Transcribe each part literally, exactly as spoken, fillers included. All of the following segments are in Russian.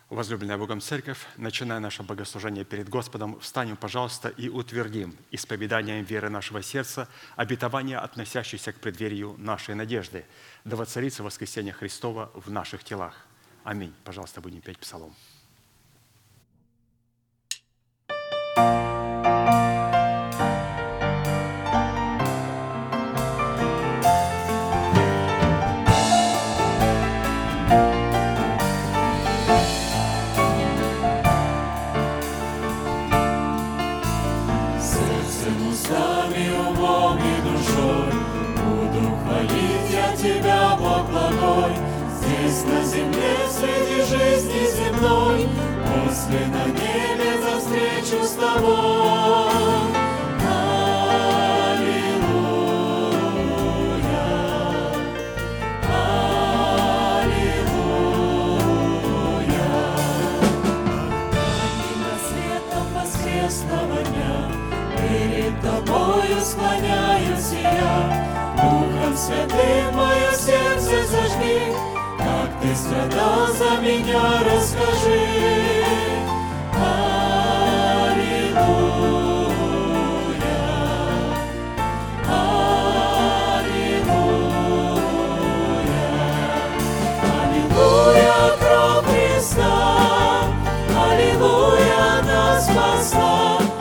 Возлюбленная Богом Церковь, начиная наше богослужение перед Господом, встанем, пожалуйста, и утвердим исповеданием веры нашего сердца обетование, относящееся к преддверию нашей надежды, да воцарится воскресение Христова в наших телах. Аминь. Пожалуйста, будем петь псалом. Тебя, Бог благой, здесь на земле среди жизни земной, после на небе за встречу с тобой. Аллилуйя, аллилуйя. Помимо светом воскресного дня, перед тобою склоняюсь я. Духом Святым мое сердце зажги, как ты страдал за меня, расскажи. Аллилуйя, аллилуйя, аллилуйя, кровь Христа, аллилуйя, нас спасла.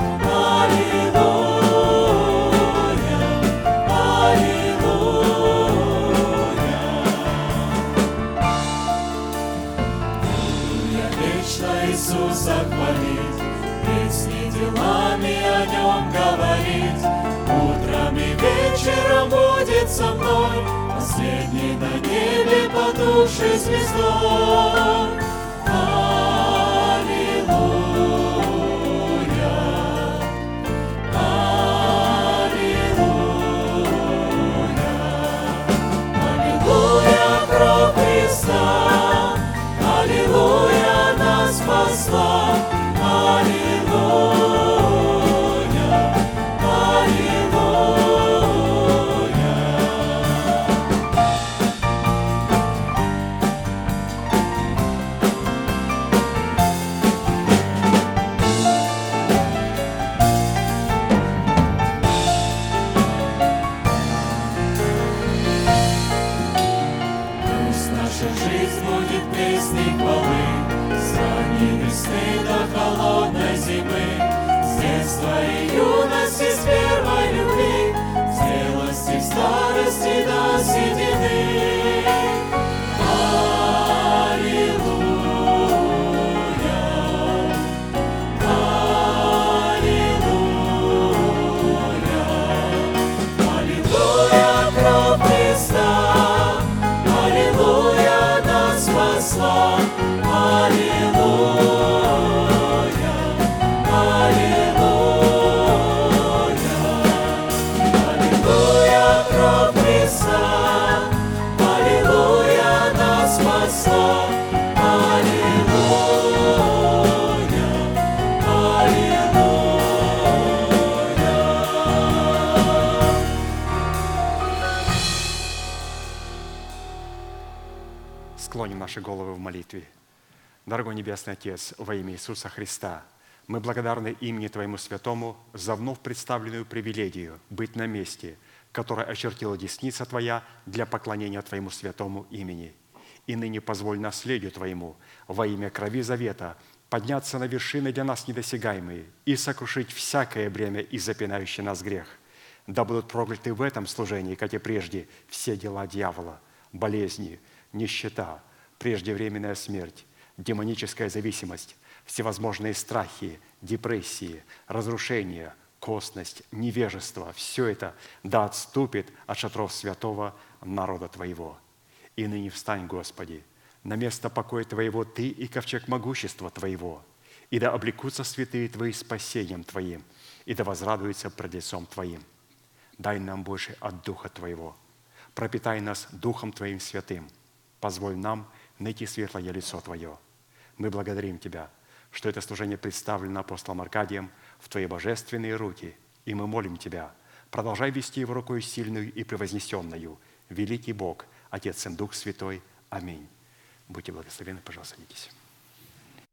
Иисуса хвалить, песни делами о Нем говорить. Утром и вечером будет со мной последний на небе потухшей звездой. Аллилуйя, аллилуйя, аллилуйя, кровь Христа, аллилуйя, спасла. Аллилуйя, аллилуйя. Пусть наша жизнь будет песней хвалы, до холодной зимы, с детства и юности, с первой любви, с зрелости, старости до седины. Аллилуйя, аллилуйя, аллилуйя, кровь Христа, аллилуйя, нас спасла. Аллилуйя, аллилуйя, аллилуйя, кровь Христа, аллилуйя, нас спасла. Аллилуйя, аллилуйя. Склоним наши головы в молитве. Дорогой Небесный Отец, во имя Иисуса Христа, мы благодарны имени Твоему Святому за вновь представленную привилегию быть на месте, которое очертила десница Твоя для поклонения Твоему Святому имени. И ныне позволь наследию Твоему во имя крови завета подняться на вершины для нас недосягаемые и сокрушить всякое бремя и запинающий нас грех. Да будут прокляты в этом служении, как и прежде, все дела дьявола, болезни, нищета, преждевременная смерть, демоническая зависимость, всевозможные страхи, депрессии, разрушения, косность, невежество – все это да отступит от шатров святого народа Твоего. И ныне встань, Господи, на место покоя Твоего Ты и ковчег могущества Твоего, и да облекутся святые Твои спасением Твоим, и да возрадуются пред лицом Твоим. Дай нам больше от Духа Твоего, пропитай нас Духом Твоим святым, позволь нам найти светлое лицо Твое. Мы благодарим Тебя, что это служение представлено апостолом Аркадием в Твои божественные руки, и мы молим Тебя, продолжай вести его рукой сильную и превознесенную, великий Бог, Отец и Дух Святой. Аминь. Будьте благословенны, пожалуйста, садитесь.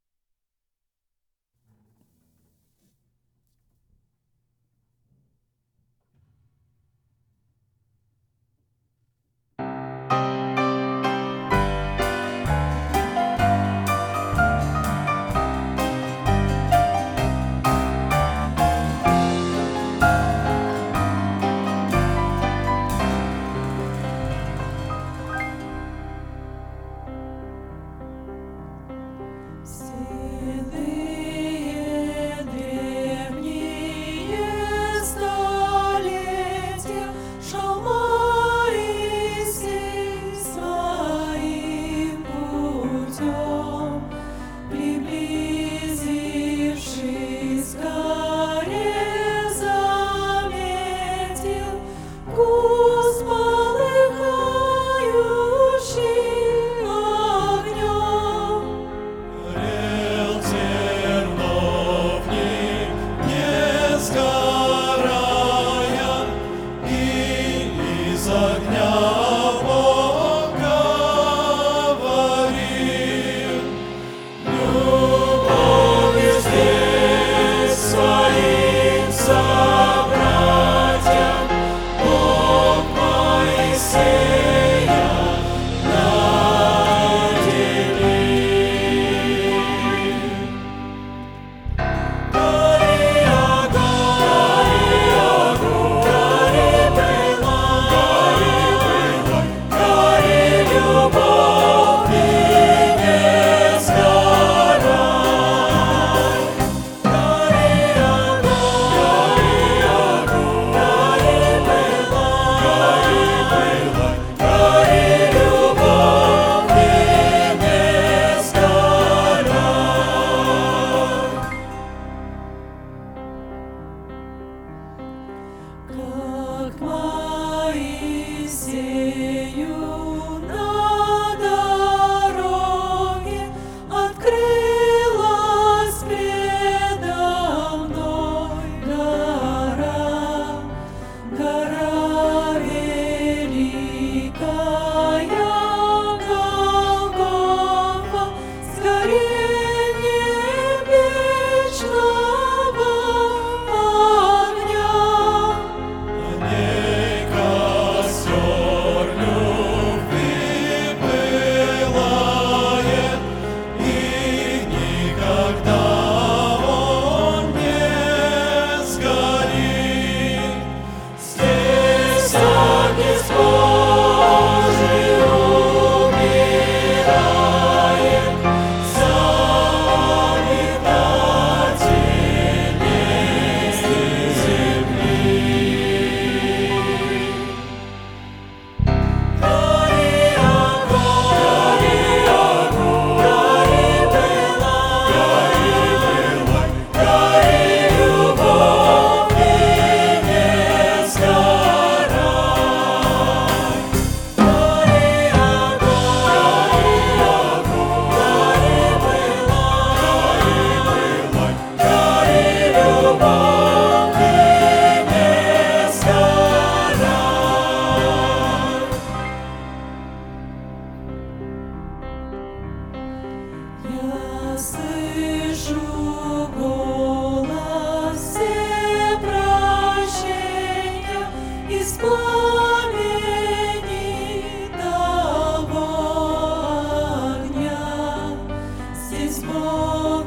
Здесь Бог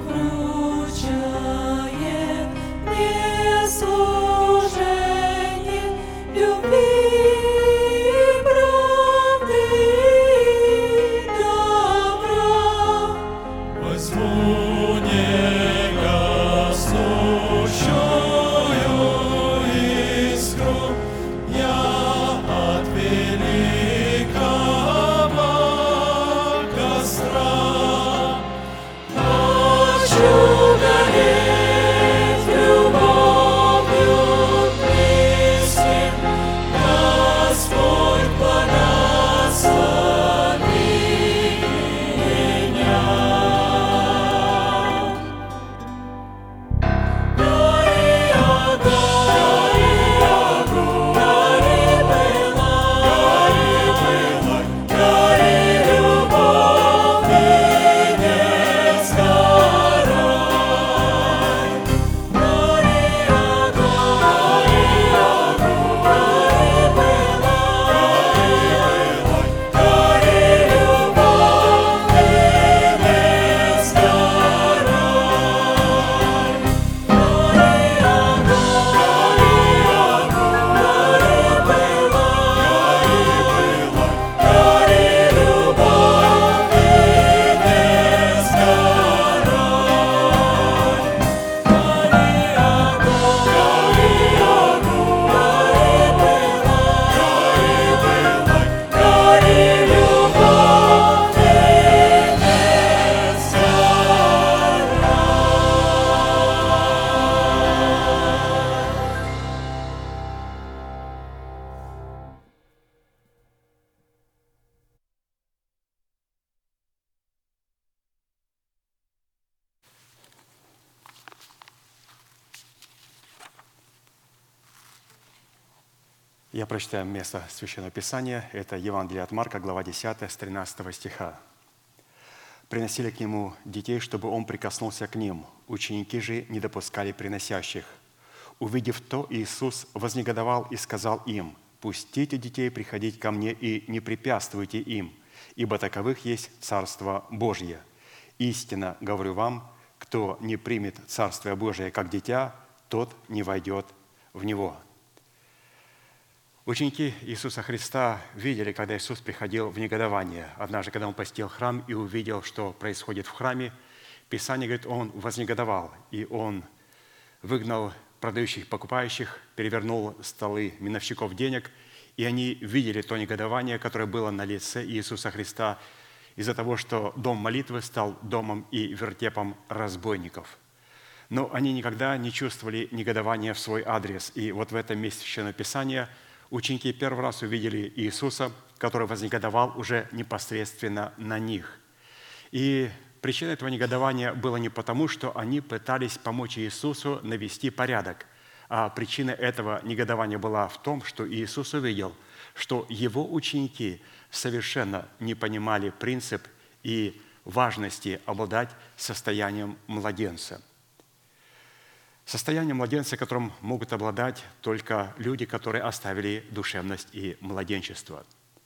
вручает мне служение любви и правды и добра. Возьму негаснущую искру я от великого костра. Хочу гореть любовью близким, Господь благослови меня. Гори огонь, гори пылай, гори любовь и не сгорай. Гори огонь, гори пылай, гори любовь и не сгорай. Я прочитаю место Священного Писания. Это Евангелие от Марка, глава десятая, с тринадцатого стиха. «Приносили к нему детей, чтобы он прикоснулся к ним. Ученики же не допускали приносящих. Увидев то, Иисус вознегодовал и сказал им: „Пустите детей приходить ко мне и не препятствуйте им, ибо таковых есть Царство Божье. Истинно говорю вам, кто не примет Царствие Божие как дитя, тот не войдет в него“». Ученики Иисуса Христа видели, когда Иисус приходил в негодование. Однажды, когда Он посетил храм и увидел, что происходит в храме, Писание говорит, Он вознегодовал, и Он выгнал продающих, покупающих, перевернул столы миновщиков денег, и они видели то негодование, которое было на лице Иисуса Христа из-за того, что дом молитвы стал домом и вертепом разбойников. Но они никогда не чувствовали негодования в свой адрес. И вот в этом месте Священного Писания ученики первый раз увидели Иисуса, который вознегодовал уже непосредственно на них. И причина этого негодования была не потому, что они пытались помочь Иисусу навести порядок, а причина этого негодования была в том, что Иисус увидел, что Его ученики совершенно не понимали принцип и важности обладать состоянием младенца. Состояние младенца, которым могут обладать только люди, которые оставили душевность и младенчество.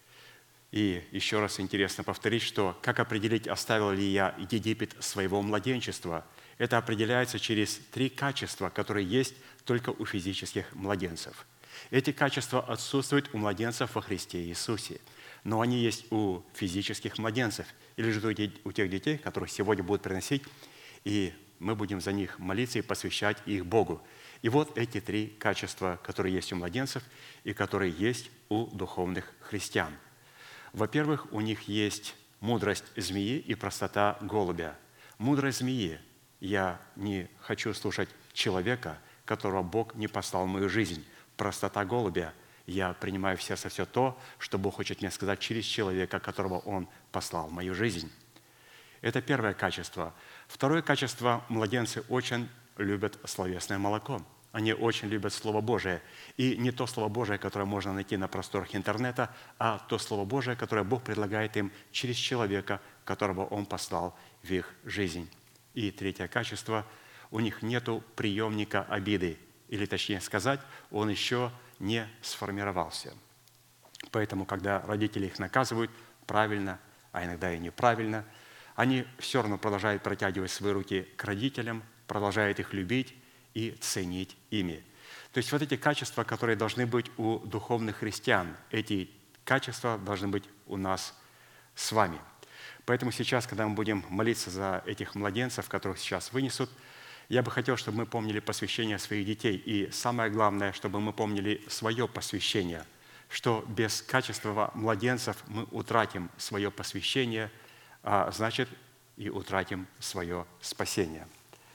И еще раз интересно повторить, что как определить, оставил ли я Египет своего младенчества, это определяется через три качества, которые есть только у физических младенцев. Эти качества отсутствуют у младенцев во Христе Иисусе, но они есть у физических младенцев или же у тех детей, которых сегодня будут приносить, и мы будем за них молиться и посвящать их Богу. И вот эти три качества, которые есть у младенцев и которые есть у духовных христиан. Во-первых, у них есть мудрость змеи и простота голубя. Мудрость змеи. Я не хочу слушать человека, которого Бог не послал в мою жизнь. Простота голубя. Я принимаю в сердце все то, что Бог хочет мне сказать через человека, которого Он послал в мою жизнь. Это первое качество. Второе качество – младенцы очень любят словесное молоко. Они очень любят Слово Божие. И не то Слово Божие, которое можно найти на просторах интернета, а то Слово Божие, которое Бог предлагает им через человека, которого Он послал в их жизнь. И третье качество – у них нет приемника обиды. Или, точнее сказать, он еще не сформировался. Поэтому, когда родители их наказывают правильно, а иногда и неправильно, они все равно продолжают протягивать свои руки к родителям, продолжают их любить и ценить ими. То есть вот эти качества, которые должны быть у духовных христиан, эти качества должны быть у нас с вами. Поэтому сейчас, когда мы будем молиться за этих младенцев, которых сейчас вынесут, я бы хотел, чтобы мы помнили посвящение своих детей. И самое главное, чтобы мы помнили свое посвящение, что без качества младенцев мы утратим свое посвящение, а значит, и утратим свое спасение.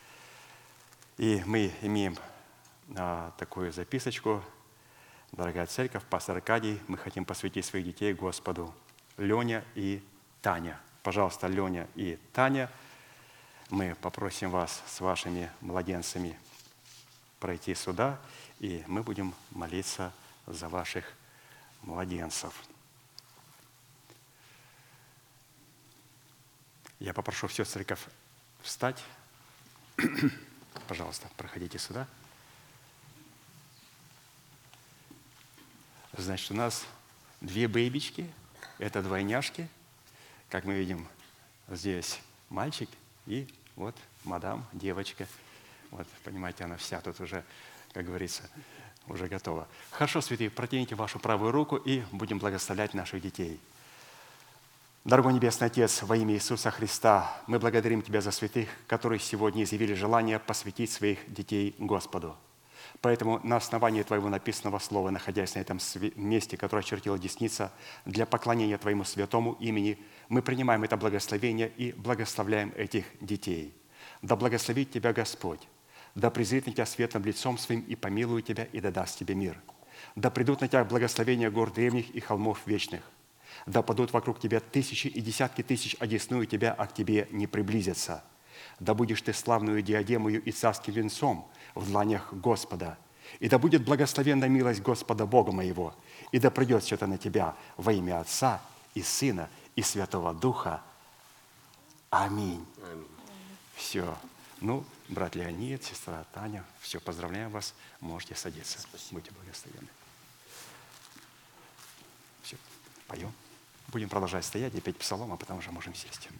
И мы имеем а, такую записочку. Дорогая церковь, пастор Аркадий, мы хотим посвятить своих детей Господу. Леня и Таня. Пожалуйста, Леня и Таня, мы попросим вас с вашими младенцами пройти сюда, и мы будем молиться за ваших младенцев. Я попрошу всю церковь встать. Пожалуйста, проходите сюда. Значит, у нас две бэйбички, это двойняшки. Как мы видим, здесь мальчик и вот мадам, девочка. Вот, понимаете, она вся тут уже, как говорится, уже готова. Хорошо, святые, протяните вашу правую руку и будем благословлять наших детей. Дорогой Небесный Отец, во имя Иисуса Христа, мы благодарим Тебя за святых, которые сегодня изъявили желание посвятить своих детей Господу. Поэтому на основании Твоего написанного слова, находясь на этом месте, которое очертила десница, для поклонения Твоему святому имени, мы принимаем это благословение и благословляем этих детей. Да благословит Тебя Господь, да презрит на Тебя светлым лицом Своим и помилует Тебя и да даст Тебе мир. Да придут на Тебя благословения гор древних и холмов вечных. Да падут вокруг Тебя тысячи и десятки тысяч, одесную Тебя, а к Тебе не приблизятся. Да будешь Ты славную диадемою и царским венцом в дланях Господа. И да будет благословенна милость Господа Бога моего, и да придет что-то на Тебя во имя Отца и Сына и Святого Духа. Аминь. Аминь. Все. Ну, брат Леонид, сестра Таня, все, поздравляем вас. Можете садиться. Спасибо. Будьте благословенны. Все, поем. Будем продолжать стоять и петь псалом, а потом уже можем сесть.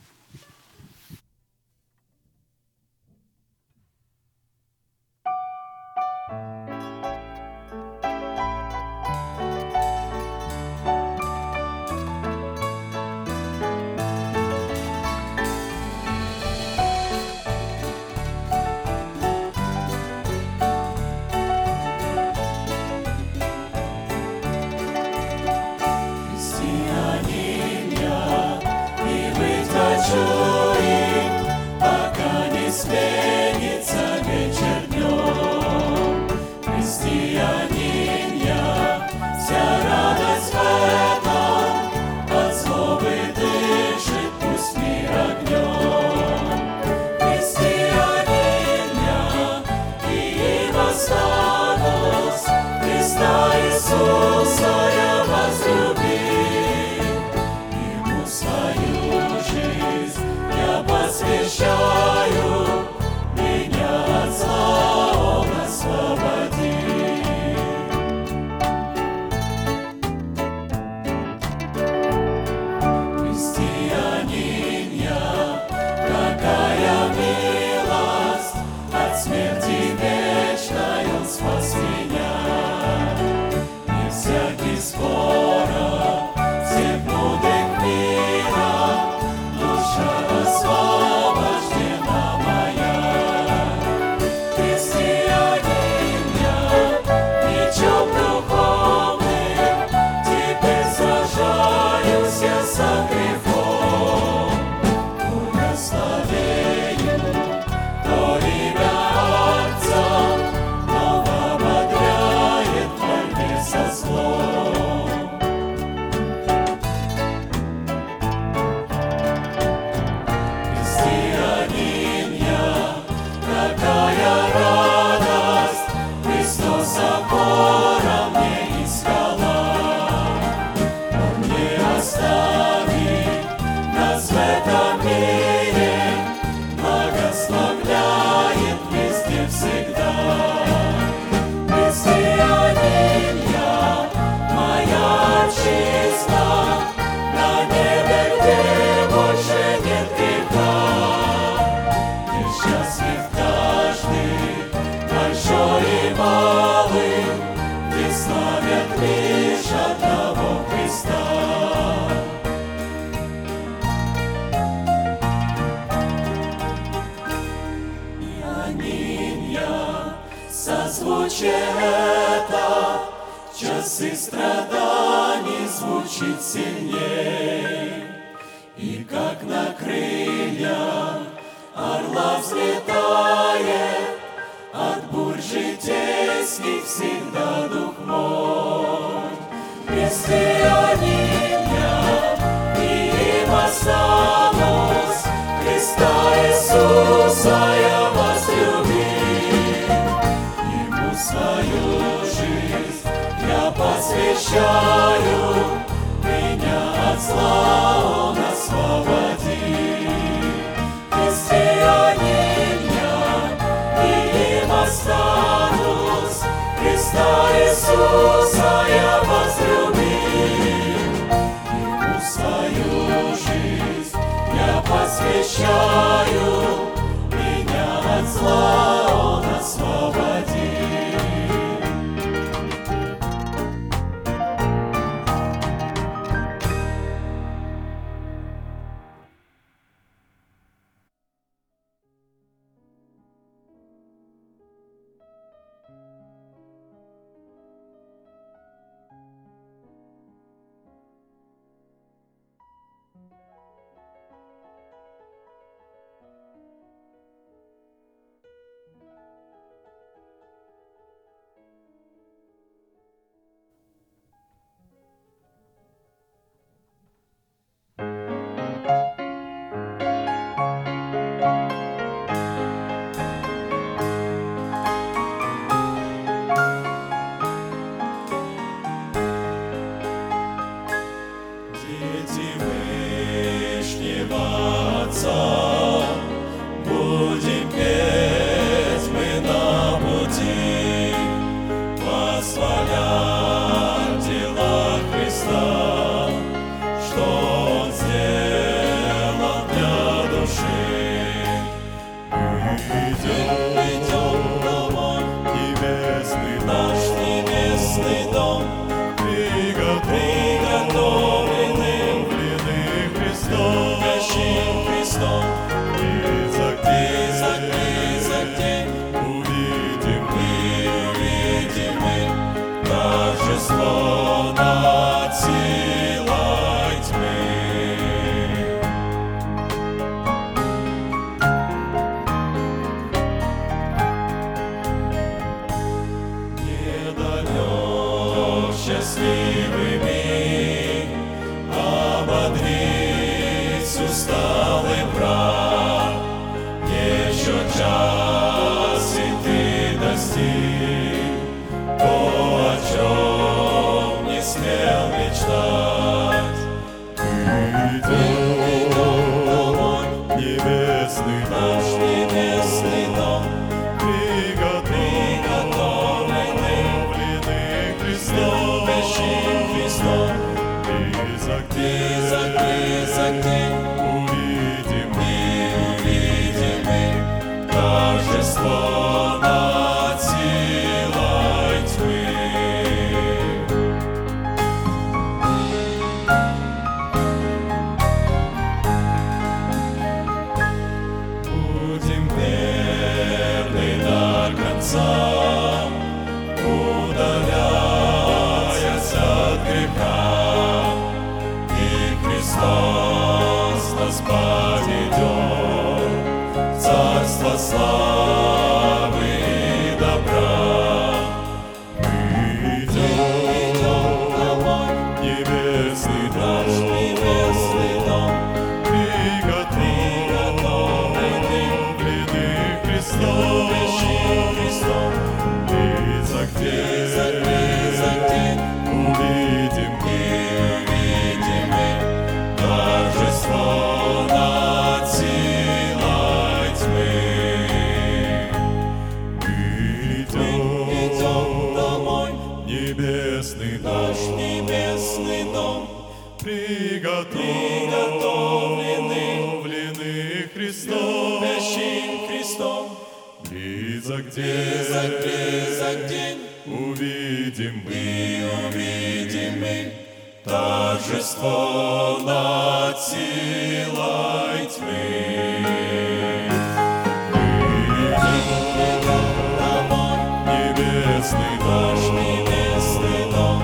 Благословею, то имя Счастлив каждый, большой и малый, где славят лишь одного Христа. И аминь, созвучие это в часы страданий звучит сильней, и как на крыльях орла взлетает, от бурь житейских всегда дух мой. Христианин я, и им останусь, Христа Иисуса я возлюбил, Ему свою жизнь я посвящаю, меня от зла Он освободил. Христианин я, и им останусь, Христа Иисуса я возлюбил, Ему свою жизнь я посвящаю, меня от зла Он освободил. Дети Вышнего Отца, будем петь мы на пути, восхвалять дела Христа, что Он сделал для души. Идем, идем домой, небесный наш небесный дом, приготовленный Христом, Христом, изо дней увидим мы, увидим мы торжество над силой тьмы. Недалек счастливый миг, ободрить усталый брат, еще час и ты достиг то, о чем не смел мечтать. Идем домой, небесный наш небесный дом, приготовленный Христом, Христом, изо дней увидим мы, увидим мы торжество над силой тьмы. Будем верны до конца, удаляясь от греха, и Христос нас поведет в царство славы и добра. Мы идем домой, небесный наш небесный дом, приготовленный Христом, Христом, изо дней увидим мы, увидим мы торжество над силой тьмы. Мы идем домой, небесный наш небесный дом, приготовленный Христом, Христом, Близок день, близок, близок день, увидим мы, увидим мы торжество над силой тьмы. Небесный наш небесный дом,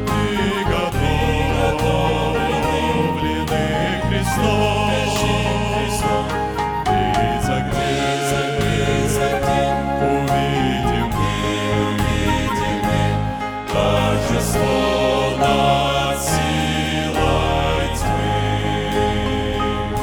приготовленный Христом. Близок день, близок день, увидим мы, увидим мы торжество над силой тьмы.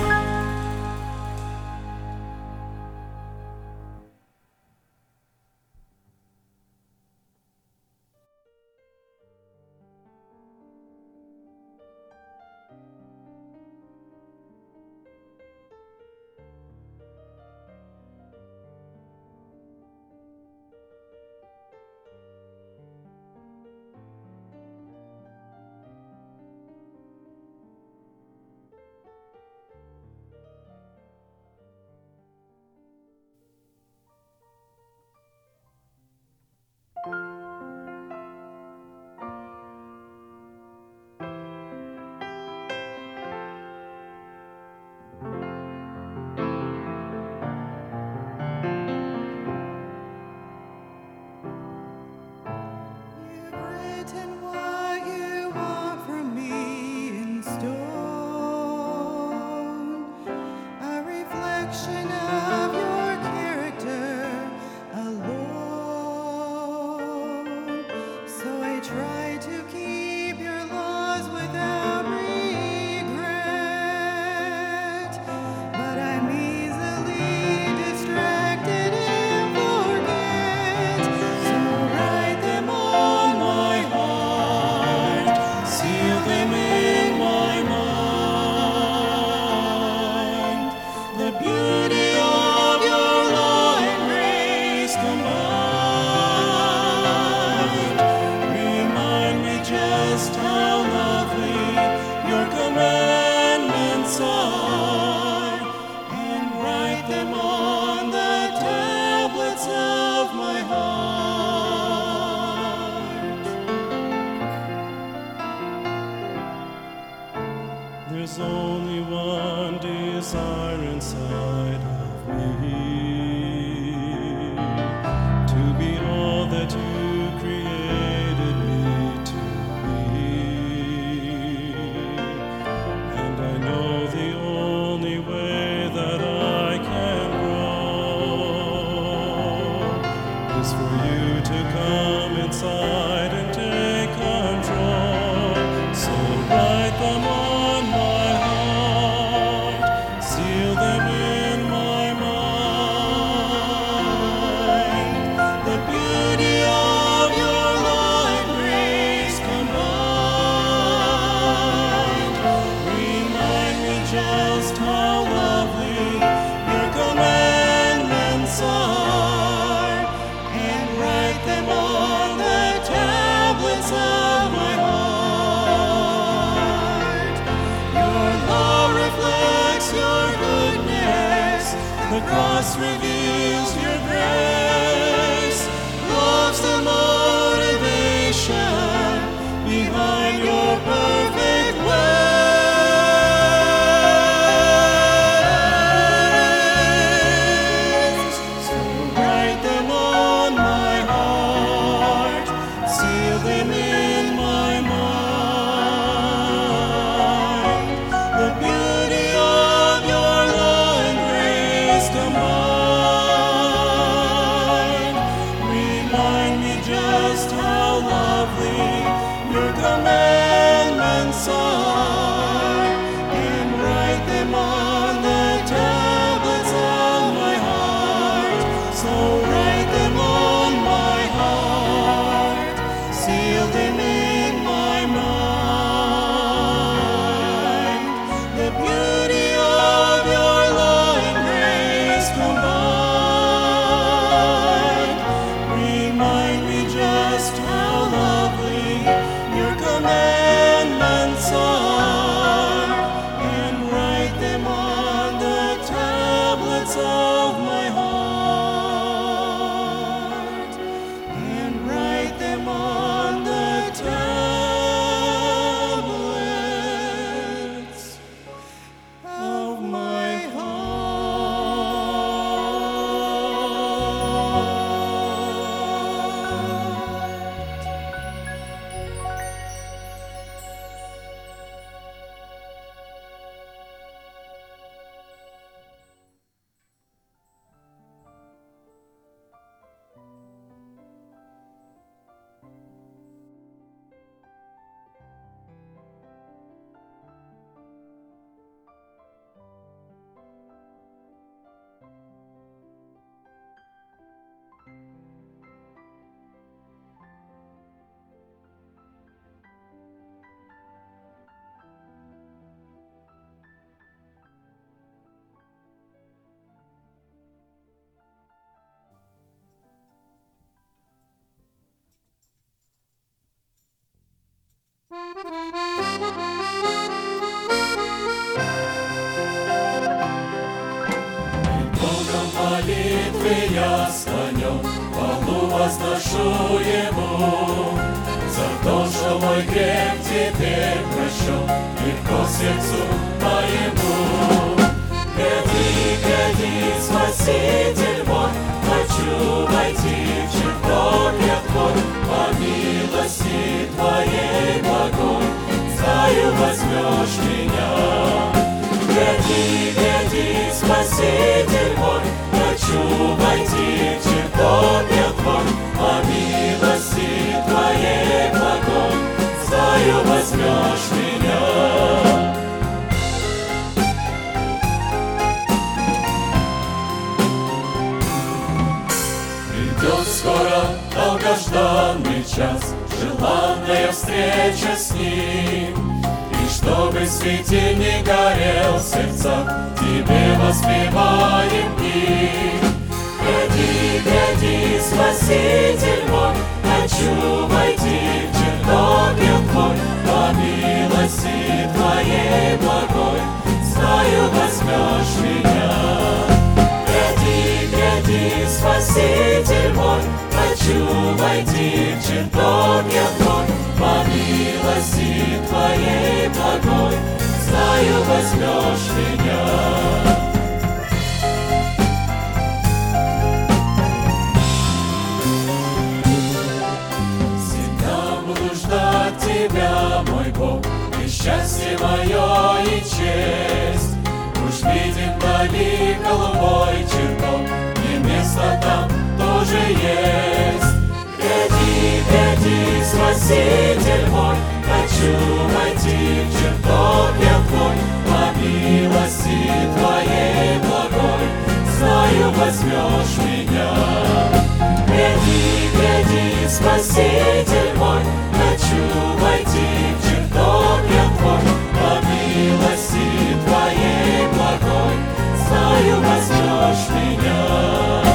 There's only one desire inside of me, to be all that you created me to be. And I know the only way that I can grow is for you to come inside and take control. So write them all. The cross reveals your grace, love's the motivation behind your perfect ways. So write them on my heart, seal them in my mind. The beauty of your law and grace combined, remind me just how lovely your commandments are, and write them on the tablets of my heart. So write them on my heart, seal them in my mind. The beauty of your law and grace combined, remind me just how lovely your command Богом молитвы я склоню, хвалу возношу Ему. За то, что мой грех теперь прощен, легко сердцу моему. Гляди, гляди, Спаситель мой, хочу войти в чертоге Твой, по милости Твоей благой, знаю, возьмешь меня. Гляди, гляди, Спаситель мой, хочу войти в чертоге Твой, по милости Твоей благой, знаю, возьмешь меня. Придет скоро долгожданный час, желанная встреча с Ним. И чтобы светильник горел в сердцах, Тебе воспеваем их. Гляди, гляди, Спаситель мой, хочу войти в чертоге Твой, по милости Твоей благой, знаю, возьмешь меня. Гляди, гляди, Спаситель мой, хочу войти в чертоге Твой, по милости Твоей благой, знаю, возьмешь меня. Всегда буду ждать Тебя, мой Бог, и счастье мое и честь. Уж виден вдали голубой чертог, и место там тоже есть. Гляди, гляди, Спаситель мой, хочу войти в чертоге Твой, по милости Твоей благой, знаю, возьмешь меня. Гляди, гляди, Спаситель мой, хочу войти в чертоге Твой, по милости Твоей благой, знаю, возьмешь меня.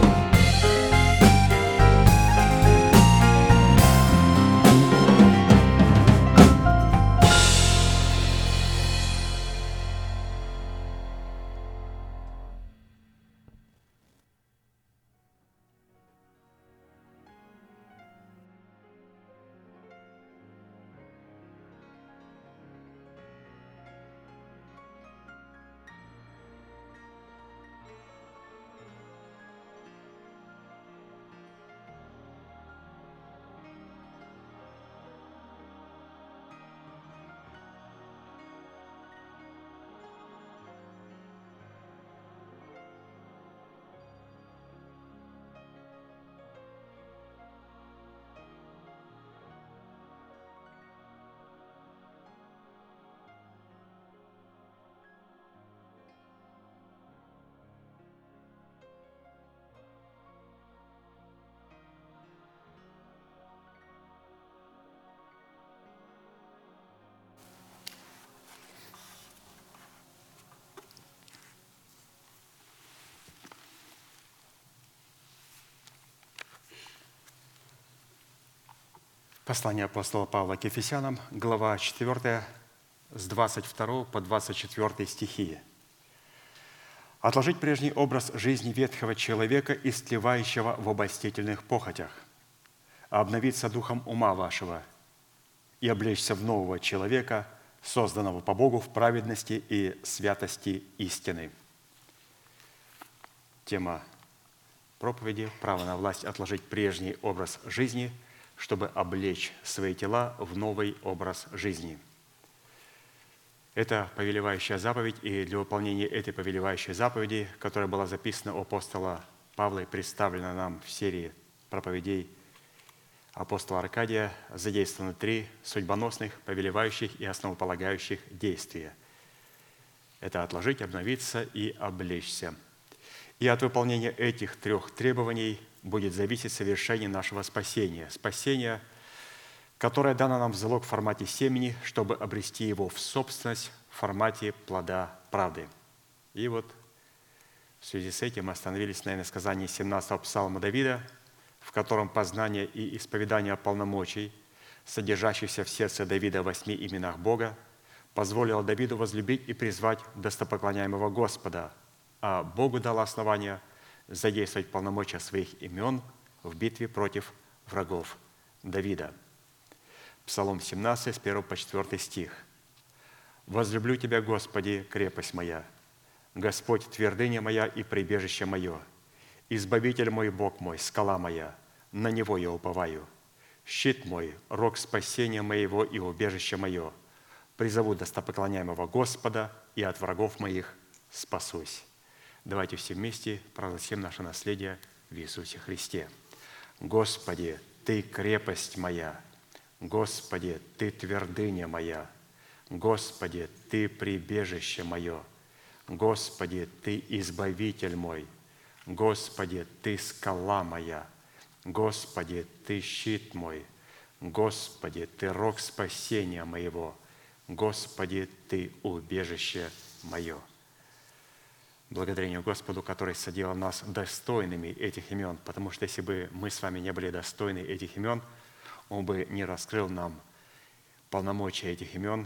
Послание апостола Павла к Ефесянам, глава четвёртая, с двадцать второго по двадцать четвёртый стихи. «Отложить прежний образ жизни ветхого человека, истлевающего в обольстительных похотях, а обновиться духом ума вашего и облечься в нового человека, созданного по Богу в праведности и святости истины». Тема проповеди «Право на власть отложить прежний образ жизни, чтобы облечь свои тела в новый образ жизни». Это повелевающая заповедь, и для выполнения этой повелевающей заповеди, которая была записана у апостола Павла и представлена нам в серии проповедей апостола Аркадия, задействованы три судьбоносных, повелевающих и основополагающих действия. Это отложить, обновиться и облечься. И от выполнения этих трех требований будет зависеть совершение нашего спасения. Спасение, которое дано нам в залог в формате семени, чтобы обрести его в собственность в формате плода правды. И вот в связи с этим мы остановились на иносказании семнадцатого псалма Давида, в котором познание и исповедание полномочий, содержащихся в сердце Давида в восьми именах Бога, позволило Давиду возлюбить и призвать достопоклоняемого Господа, а Богу дало основание задействовать полномочия своих имен в битве против врагов Давида. Псалом семнадцать, с первого по четвёртый стих. «Возлюблю Тебя, Господи, крепость моя, Господь, твердыня моя и прибежище мое, Избавитель мой, Бог мой, скала моя, на Него я уповаю, щит мой, рог спасения моего и убежище мое, призову достопоклоняемого Господа, и от врагов моих спасусь». Давайте все вместе прогласим наше наследие в Иисусе Христе. «Господи, Ты крепость моя, Господи, Ты твердыня моя, Господи, Ты прибежище мое, Господи, Ты избавитель мой, Господи, Ты скала моя, Господи, Ты щит мой, Господи, Ты рог спасения моего, Господи, Ты убежище мое». Благодарение Господу, который соделал нас достойными этих имен, потому что если бы мы с вами не были достойны этих имен, Он бы не раскрыл нам полномочия этих имен,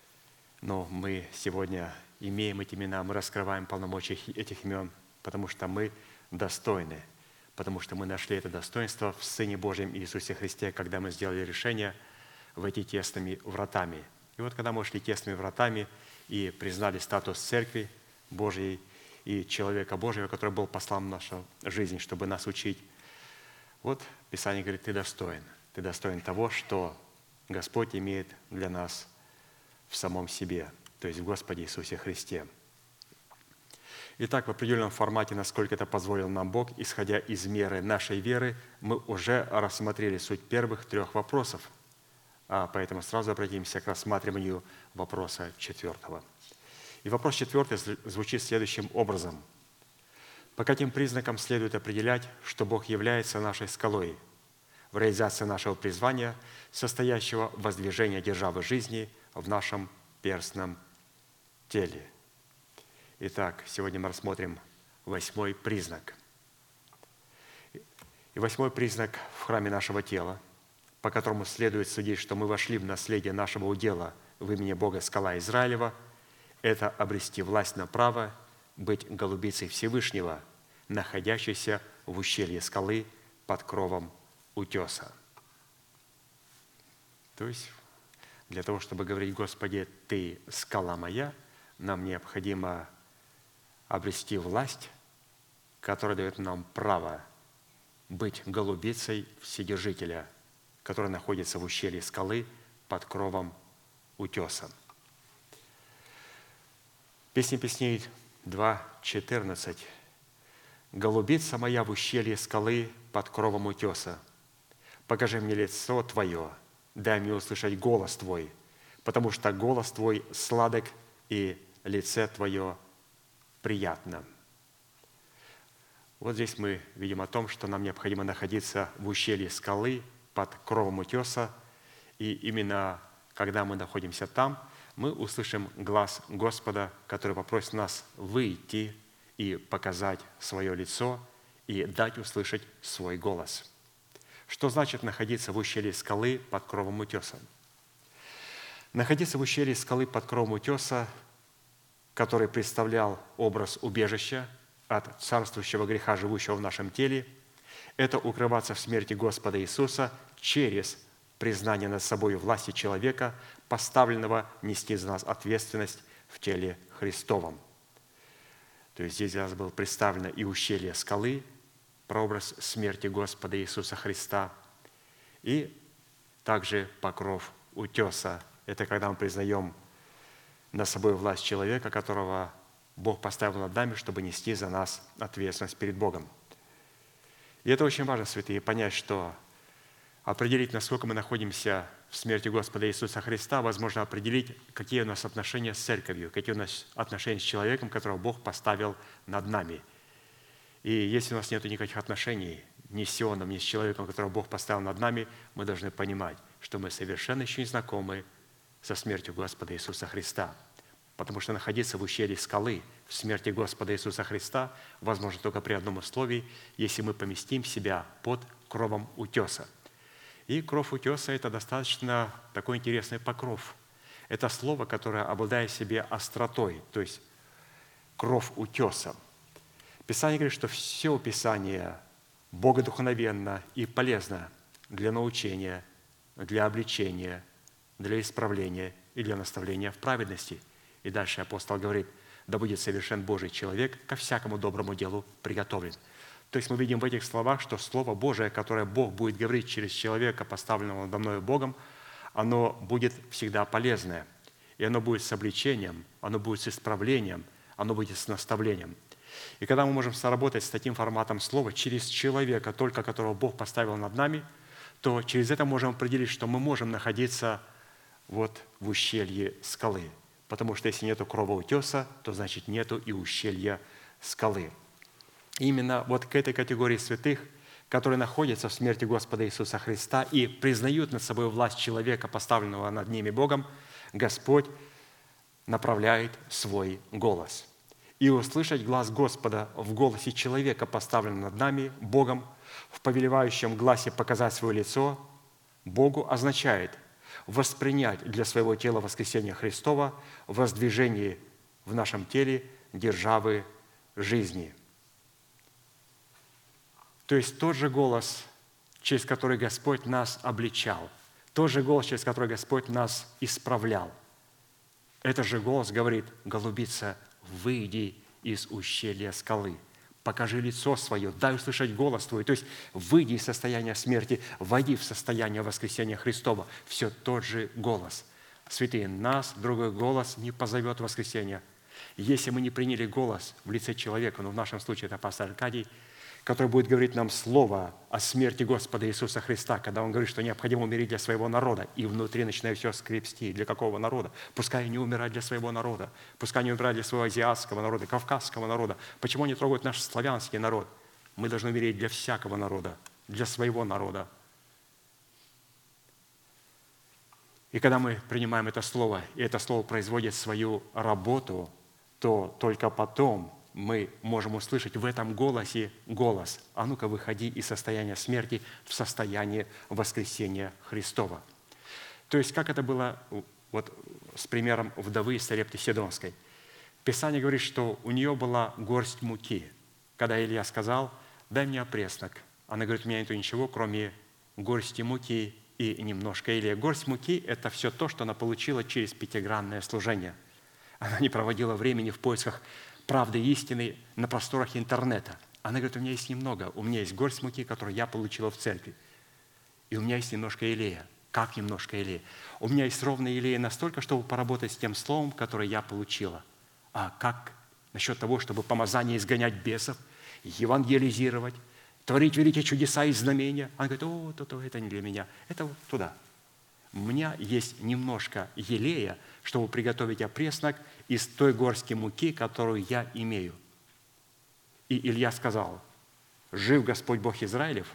но мы сегодня имеем эти имена, мы раскрываем полномочия этих имен, потому что мы достойны, потому что мы нашли это достоинство в Сыне Божьем Иисусе Христе, когда мы сделали решение войти тесными вратами. И вот когда мы шли тесными вратами и признали статус Церкви Божьей и человека Божьего, который был послан в нашу жизнь, чтобы нас учить, вот Писание говорит: ты достоин. Ты достоин того, что Господь имеет для нас в самом себе, то есть в Господе Иисусе Христе. Итак, в определенном формате, насколько это позволил нам Бог, исходя из меры нашей веры, мы уже рассмотрели суть первых трех вопросов, а поэтому сразу обратимся к рассматриванию вопроса четвертого. И вопрос четвертый звучит следующим образом. По каким признакам следует определять, что Бог является нашей скалой в реализации нашего призвания, состоящего в воздвижении державы жизни в нашем перстном теле? Итак, сегодня мы рассмотрим восьмой признак. И восьмой признак в храме нашего тела, по которому следует судить, что мы вошли в наследие нашего удела в имени Бога скала Израилева, это обрести власть на право быть голубицей Всевышнего, находящейся в ущелье скалы под кровом утеса. То есть для того, чтобы говорить: Господи, Ты скала моя, нам необходимо обрести власть, которая дает нам право быть голубицей Вседержителя, который находится в ущелье скалы под кровом утеса. Песня Песней два, четырнадцать. «Голубица моя в ущелье скалы под кровом утеса, покажи мне лицо Твое, дай мне услышать голос Твой, потому что голос Твой сладок и лице Твое приятно». Вот здесь мы видим о том, что нам необходимо находиться в ущелье скалы под кровом утеса, и именно когда мы находимся там, мы услышим глас Господа, который попросит нас выйти и показать свое лицо и дать услышать свой голос. Что значит находиться в ущелье скалы под кровом утеса? Находиться в ущелье скалы под кровом утеса, который представлял образ убежища от царствующего греха, живущего в нашем теле, это укрываться в смерти Господа Иисуса через признание над собой власти человека, поставленного нести за нас ответственность в теле Христовом. То есть здесь у нас было представлено и ущелье скалы, прообраз смерти Господа Иисуса Христа, и также покров утеса. Это когда мы признаем над собой власть человека, которого Бог поставил над нами, чтобы нести за нас ответственность перед Богом. И это очень важно, святые, понять, что определить, насколько мы находимся в смерти Господа Иисуса Христа, возможно определить, какие у нас отношения с церковью, какие у нас отношения с человеком, которого Бог поставил над нами. И если у нас нет никаких отношений ни с Сионом, ни с человеком, которого Бог поставил над нами, мы должны понимать, что мы совершенно еще не знакомы со смертью Господа Иисуса Христа. Потому что находиться в ущелье скалы в смерти Господа Иисуса Христа возможно только при одном условии, если мы поместим себя под кровом утеса. И кров утеса – это достаточно такой интересный покров. Это слово, которое обладает в себе остротой, то есть кров утеса. Писание говорит, что все Писание богодухновенно и полезно для научения, для обличения, для исправления и для наставления в праведности. И дальше апостол говорит: да будет совершен Божий человек, ко всякому доброму делу приготовлен. То есть мы видим в этих словах, что Слово Божие, которое Бог будет говорить через человека, поставленного надо мною Богом, оно будет всегда полезное. И оно будет с обличением, оно будет с исправлением, оно будет с наставлением. И когда мы можем соработать с таким форматом слова через человека, только которого Бог поставил над нами, то через это можем определить, что мы можем находиться вот в ущелье скалы. Потому что если нету кровоутеса, то значит нету и ущелья скалы. Именно вот к этой категории святых, которые находятся в смерти Господа Иисуса Христа и признают над собой власть человека, поставленного над ними Богом, Господь направляет свой голос. И услышать глаз Господа в голосе человека, поставленного над нами Богом, в повелевающем гласе показать свое лицо Богу означает воспринять для своего тела воскресения Христова в воздвижении в нашем теле державы жизни. То есть тот же голос, через который Господь нас обличал, тот же голос, через который Господь нас исправлял, этот же голос говорит: голубица, выйди из ущелья скалы, покажи лицо свое, дай услышать голос твой. То есть выйди из состояния смерти, войди в состояние воскресения Христова. Все тот же голос. Святые, нас другой голос не позовет в воскресение. Если мы не приняли голос в лице человека, ну в нашем случае это пастор Аркадий, который будет говорить нам слово о смерти Господа Иисуса Христа, когда Он говорит, что необходимо умереть для своего народа, и внутри начинает все скрепсти. Для какого народа? Пускай не умирать для своего народа, пускай не умирать для своего азиатского народа, кавказского народа. Почему они трогают наш славянский народ? Мы должны умереть для всякого народа, для своего народа. И когда мы принимаем это слово, и это слово производит свою работу, то только потом мы можем услышать в этом голосе голос: а ну-ка выходи из состояния смерти в состояние воскресения Христова. То есть как это было вот с примером вдовы из Сарепты Сидонской. Писание говорит, что у нее была горсть муки. Когда Илья сказал: дай мне опреснок, она говорит: у меня нету ничего, кроме горсти муки и немножко елея. Горсть муки – это все то, что она получила через пятигранное служение. Она не проводила времени в поисках правды и истины на просторах интернета. Она говорит: у меня есть немного, у меня есть горсть муки, которую я получила в церкви. И у меня есть немножко елея. Как немножко елея? У меня есть ровно елея настолько, чтобы поработать с тем словом, которое я получила. А как насчет того, чтобы помазание изгонять бесов, евангелизировать, творить великие чудеса и знамения? Она говорит: о, то, то, это не для меня, это вот туда. У меня есть немножко елея, чтобы приготовить опреснок из той горстки муки, которую я имею. И Илья сказал: жив Господь Бог Израилев,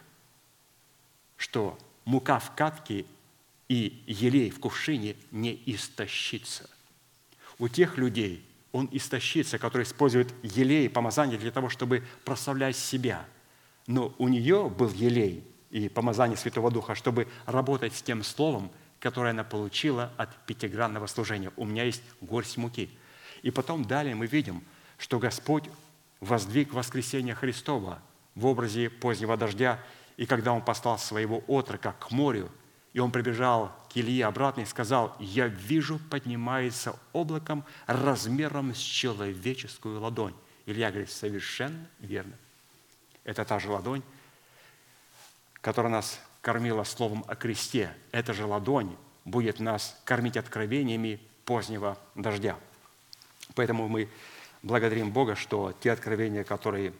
что мука в катке и елей в кувшине не истощится. У тех людей он истощится, которые используют елей и помазание для того, чтобы прославлять себя. Но у нее был елей и помазание Святого Духа, чтобы работать с тем словом, которое она получила от пятигранного служения. У меня есть горсть муки. И потом далее мы видим, что Господь воздвиг воскресение Христова в образе позднего дождя, и когда Он послал своего отрока к морю, и он прибежал к Илии обратно и сказал: «Я вижу, поднимается облаком размером с человеческую ладонь». Илья говорит: совершенно верно. Это та же ладонь, которая нас кормила словом о кресте. Эта же ладонь будет нас кормить откровениями позднего дождя. Поэтому мы благодарим Бога, что те откровения, которые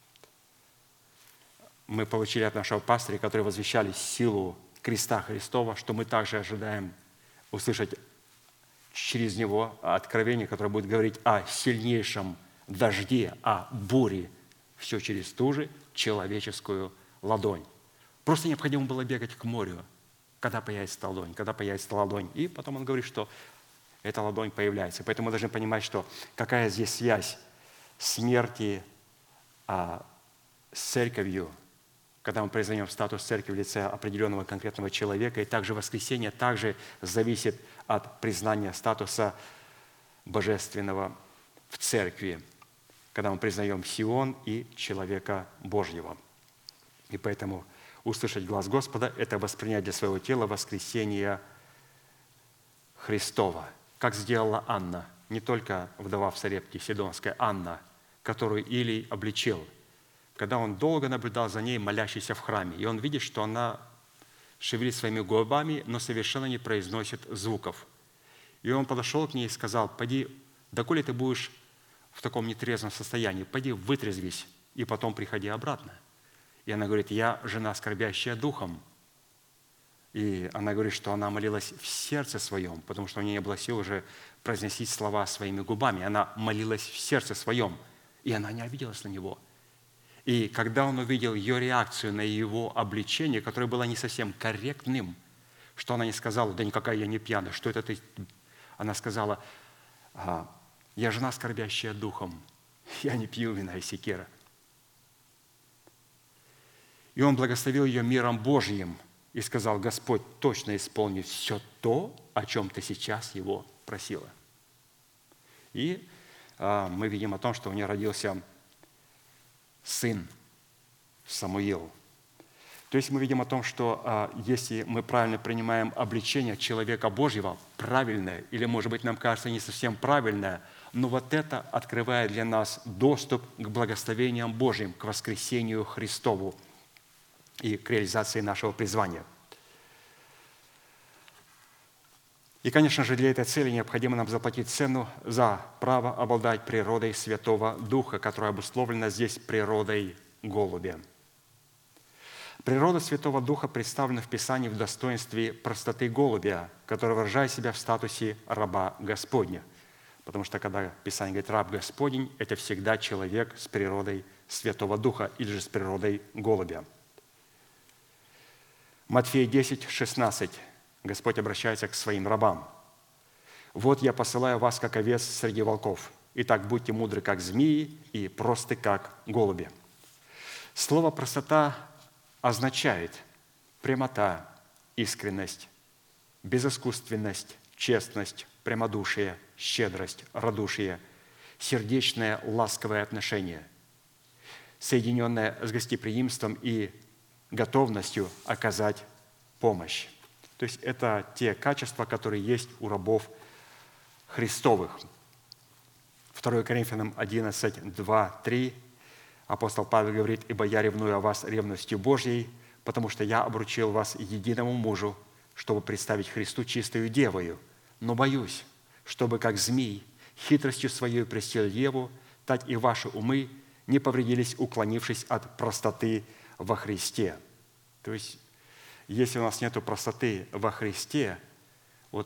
мы получили от нашего пастыря, которые возвещали силу креста Христова, что мы также ожидаем услышать через него откровение, которое будет говорить о сильнейшем дожде, о буре Все через ту же человеческую ладонь. Просто необходимо было бегать к морю, когда появится ладонь, когда появится ладонь. И потом он говорит, что эта ладонь появляется. Поэтому мы должны понимать, что какая здесь связь смерти а, с церковью, когда мы признаем статус церкви в лице определенного конкретного человека, и также воскресение также зависит от признания статуса божественного в церкви, когда мы признаем Сион и человека Божьего. И поэтому услышать глаз Господа – это воспринять для своего тела воскресение Христова, как сделала Анна, не только вдова в Сарепте Сидонская, Анна, которую Илий обличил, когда он долго наблюдал за ней, молящейся в храме, и он видит, что она шевелит своими губами, но совершенно не произносит звуков. И он подошел к ней и сказал: «Пойди, доколе ты будешь в таком нетрезвом состоянии, пойди вытрезвись, и потом приходи обратно». И она говорит: «Я жена, скорбящая духом». И она говорит, что она молилась в сердце своем, потому что у нее не было сил уже произносить слова своими губами. Она молилась в сердце своем, и она не обиделась на него. И когда он увидел ее реакцию на его обличение, которое было не совсем корректным, что она не сказала: «Да никакая я не пьяная, что это ты?» Она сказала: «Я жена, скорбящая духом, я не пью вина и секера». И он благословил ее миром Божьим и сказал: «Господь точно исполнит все то, о чем ты сейчас его просила». И а, мы видим о том, что у нее родился сын Самуил. То есть мы видим о том, что а, если мы правильно принимаем обличение человека Божьего, правильное, или, может быть, нам кажется, не совсем правильное, но вот это открывает для нас доступ к благословениям Божьим, к воскресению Христову и к реализации нашего призвания. И, конечно же, для этой цели необходимо нам заплатить цену за право обладать природой Святого Духа, которая обусловлена здесь природой голубя. Природа Святого Духа представлена в Писании в достоинстве простоты голубя, который выражает себя в статусе раба Господня. Потому что, когда Писание говорит «раб Господень», это всегда человек с природой Святого Духа или же с природой голубя. Матфея десять, шестнадцать. Господь обращается к своим рабам. «Вот я посылаю вас, как овец среди волков. Итак, будьте мудры, как змеи, и просты, как голуби». Слово «простота» означает прямота, искренность, безыскусственность, честность, прямодушие, щедрость, радушие, сердечное, ласковое отношение, соединенное с гостеприимством и готовностью оказать помощь. То есть это те качества, которые есть у рабов Христовых. второе Коринфянам одиннадцать, два, три апостол Павел говорит: «Ибо я ревную о вас ревностью Божьей, потому что я обручил вас единому мужу, чтобы представить Христу чистою девою, но боюсь, чтобы, как змей, хитростью своей прельстил Еву, так и ваши умы не повредились, уклонившись от простоты во Христе». То есть, если у нас нет простоты во Христе, вот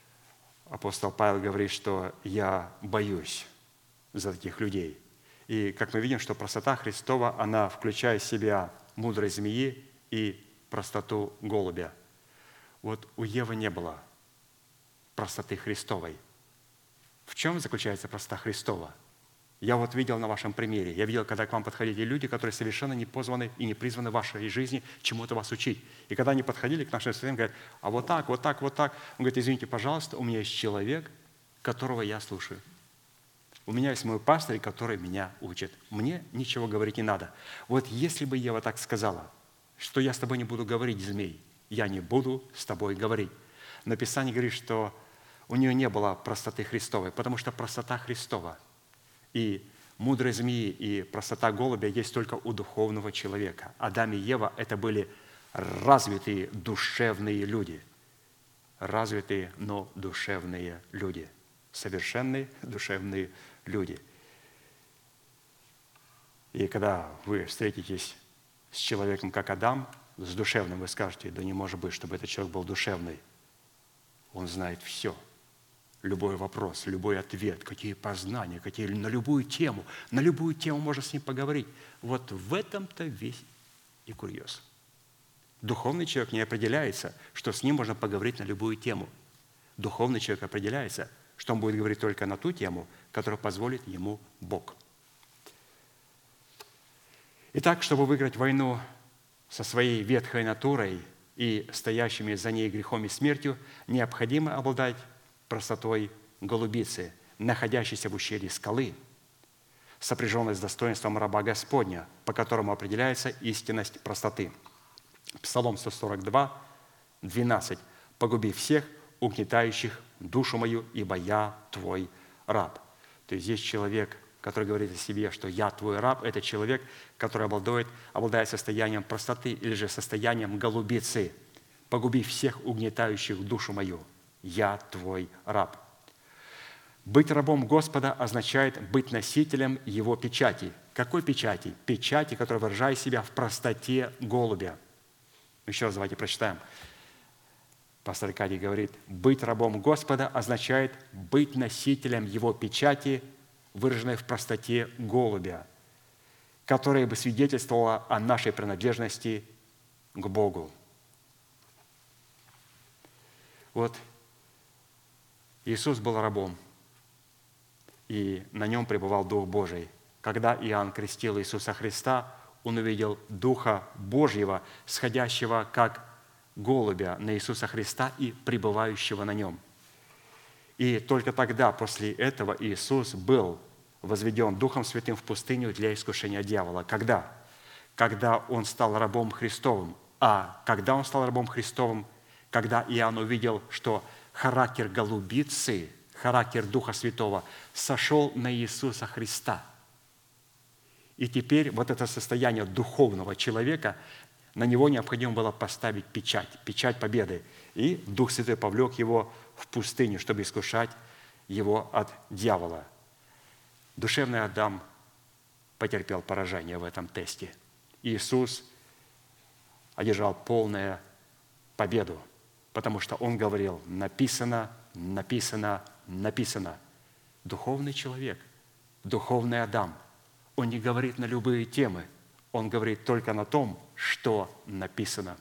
апостол Павел говорит, что я боюсь за таких людей. И как мы видим, что простота Христова, она включает в себя мудрость змеи и простоту голубя. Вот у Евы не было простоты Христовой. В чем заключается простота Христова? Я вот видел на вашем примере, я видел, когда к вам подходили люди, которые совершенно не позваны и не призваны в вашей жизни чему-то вас учить. И когда они подходили к нашим святым, говорят: а вот так, вот так, вот так. Он говорит: извините, пожалуйста, у меня есть человек, которого я слушаю. У меня есть мой пастырь, который меня учит. Мне ничего говорить не надо. Вот если бы Ева так сказала, что я с тобой не буду говорить, змей, я не буду с тобой говорить. Но Писание говорит, что у нее не было простоты Христовой, потому что простота Христова и мудрость змеи, и простота голубя есть только у духовного человека. Адам и Ева – это были развитые душевные люди. Развитые, но душевные люди. Совершенные душевные люди. И когда вы встретитесь с человеком, как Адам, с душевным, вы скажете: да не может быть, чтобы этот человек был душевный. Он знает все. любой вопрос, любой ответ, какие познания, какие, на любую тему, на любую тему можно с ним поговорить. Вот в этом-то весь и курьез. Духовный человек не определяется, что с ним можно поговорить на любую тему. Духовный человек определяется, что он будет говорить только на ту тему, которую позволит ему Бог. Итак, чтобы выиграть войну со своей ветхой натурой и стоящими за ней грехом и смертью, необходимо обладать простотой голубицы, находящейся в ущелье скалы, сопряженной с достоинством раба Господня, по которому определяется истинность простоты. Псалом сто сорок два, двенадцать. «Погуби всех, угнетающих душу мою, ибо я твой раб». То есть здесь человек, который говорит о себе, что «я твой раб», это человек, который обладает, обладает состоянием простоты или же состоянием голубицы. «Погуби всех, угнетающих душу мою, я твой раб». Быть рабом Господа означает быть носителем Его печати. Какой печати? Печати, которая выражает себя в простоте голубя. Еще раз давайте прочитаем. Пастор Аркадий говорит, быть рабом Господа означает быть носителем Его печати, выраженной в простоте голубя, которая бы свидетельствовала о нашей принадлежности к Богу. Вот Иисус был рабом, и на нем пребывал Дух Божий. Когда Иоанн крестил Иисуса Христа, он увидел Духа Божьего, сходящего как голубя на Иисуса Христа и пребывающего на нем. И только тогда, после этого, Иисус был возведен Духом Святым в пустыню для искушения дьявола. Когда? Когда Он стал рабом Христовым. А когда Он стал рабом Христовым? Когда Иоанн увидел, что характер голубицы, характер Духа Святого сошел на Иисуса Христа. И теперь вот это состояние духовного человека, на него необходимо было поставить печать, печать победы. И Дух Святой повлек его в пустыню, чтобы искушать его от дьявола. Душевный Адам потерпел поражение в этом тесте. Иисус одержал полную победу, потому что Он говорил, написано, написано, написано. Духовный человек, духовный Адам, он не говорит на любые темы, он говорит только на том, что написано.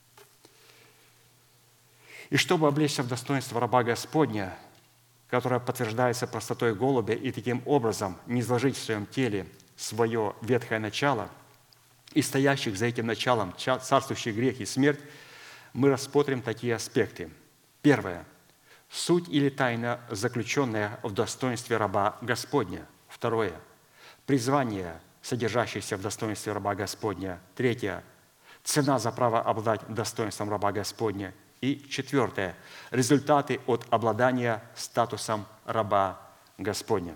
И чтобы облечься в достоинство раба Господня, которое подтверждается простотой голубя, и таким образом не изложить в своем теле свое ветхое начало, и стоящих за этим началом царствующий грех и смерть, мы рассмотрим такие аспекты. Первое. Суть или тайна, заключенная в достоинстве раба Господня. Второе. Призвание, содержащееся в достоинстве раба Господня. Третье. Цена за право обладать достоинством раба Господня. И четвертое. Результаты от обладания статусом раба Господня.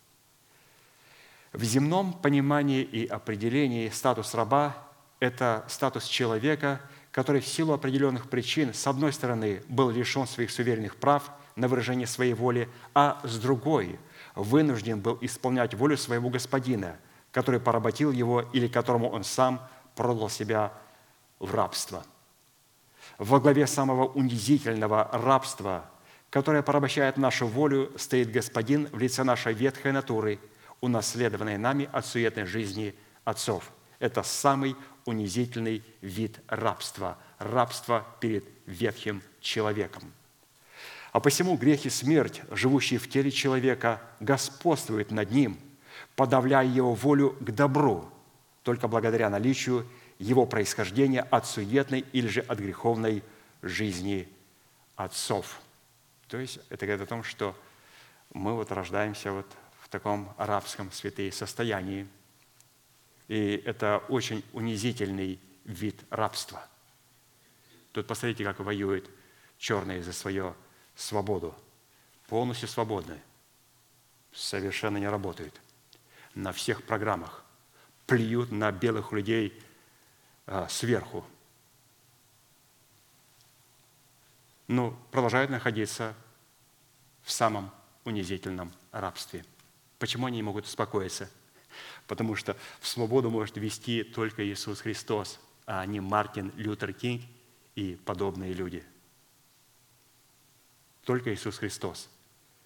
В земном понимании и определении статус раба – это статус человека, который в силу определенных причин, с одной стороны, был лишен своих суверенных прав на выражение своей воли, а с другой – вынужден был исполнять волю своего господина, который поработил его или которому он сам продал себя в рабство. Во главе самого унизительного рабства, которое порабощает нашу волю, стоит господин в лице нашей ветхой натуры, унаследованной нами от суетной жизни отцов. Это самый унизительный вид рабства, рабство перед ветхим человеком. А посему грех и смерть, живущие в теле человека, господствуют над ним, подавляя его волю к добру, только благодаря наличию его происхождения от суетной или же от греховной жизни отцов. То есть это говорит о том, что мы вот рождаемся вот в таком рабском святые состоянии, и это очень унизительный вид рабства. Тут посмотрите, как воюют черные за свое свободу. Полностью свободны. Совершенно не работают. На всех программах. Плюют на белых людей а, сверху. Но продолжают находиться в самом унизительном рабстве. Почему они не могут успокоиться? Потому что в свободу может вести только Иисус Христос, а не Мартин Лютер Кинг и подобные люди. Только Иисус Христос.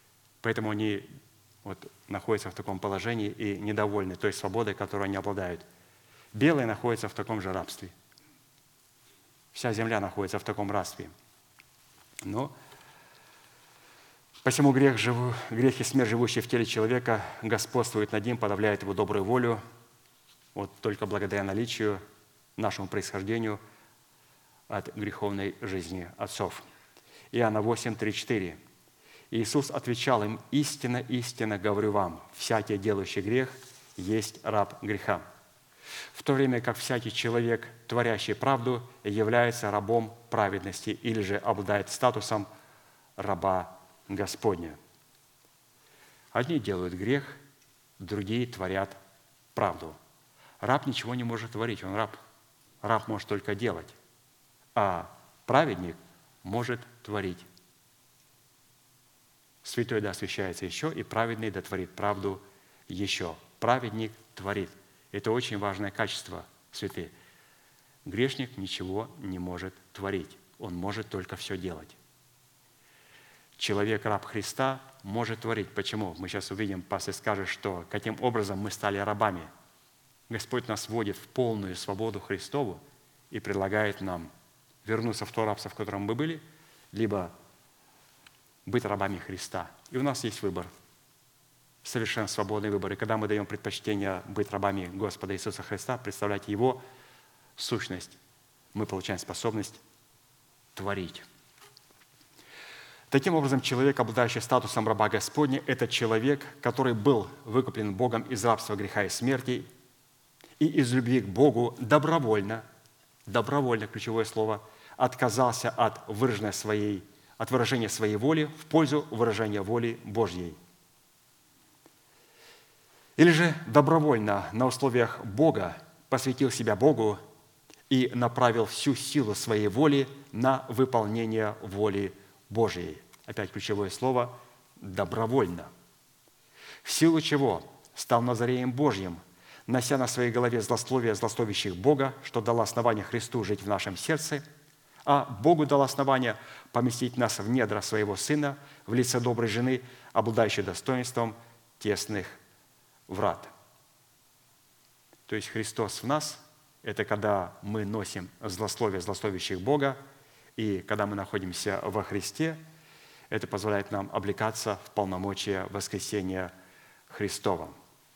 поэтому они вот находятся в таком положении и недовольны той свободой, которой они обладают. Белые находятся в таком же рабстве. Вся земля находится в таком рабстве. Но посему грех, живу, грех и смерть, живущие в теле человека, господствует над ним, подавляет его добрую волю, вот только благодаря наличию, нашему происхождению от греховной жизни отцов. Иоанна восемь, три, четыре. Иисус отвечал им: «Истинно, истинно говорю вам, всякий, делающий грех, есть раб греха». В то время как всякий человек, творящий правду, является рабом праведности или же обладает статусом раба Господня. Одни делают грех, другие творят правду. Раб ничего не может творить, он раб. Раб может только делать, а праведник может творить. Святой да освящается еще, и праведный да творит правду еще. Праведник творит. Это очень важное качество, святые. Грешник ничего не может творить. Он может только все делать. Человек, раб Христа, может творить. Почему? Мы сейчас увидим, пастор скажет, что каким образом мы стали рабами. Господь нас вводит в полную свободу Христову и предлагает нам вернуться в то рабство, в котором мы были, либо быть рабами Христа. И у нас есть выбор. Совершенно свободный выбор. И когда мы даем предпочтение быть рабами Господа Иисуса Христа, представлять Его сущность, мы получаем способность творить. Таким образом, человек, обладающий статусом раба Господня, это человек, который был выкуплен Богом из рабства греха и смерти, и из любви к Богу добровольно, добровольно, ключевое слово, отказался от выражения своей, от выражения своей воли в пользу выражения воли Божьей. Или же добровольно на условиях Бога посвятил себя Богу и направил всю силу своей воли на выполнение воли Божьей. Опять ключевое слово «добровольно». В силу чего стал Назареем Божьим, нося на своей голове злословие злословящих Бога, что дало основание Христу жить в нашем сердце, а Богу дало основание поместить нас в недра своего Сына в лице доброй жены, обладающей достоинством тесных врат. То есть Христос в нас – это когда мы носим злословие злословящих Бога, и когда мы находимся во Христе, это позволяет нам облекаться в полномочия воскресения Христова.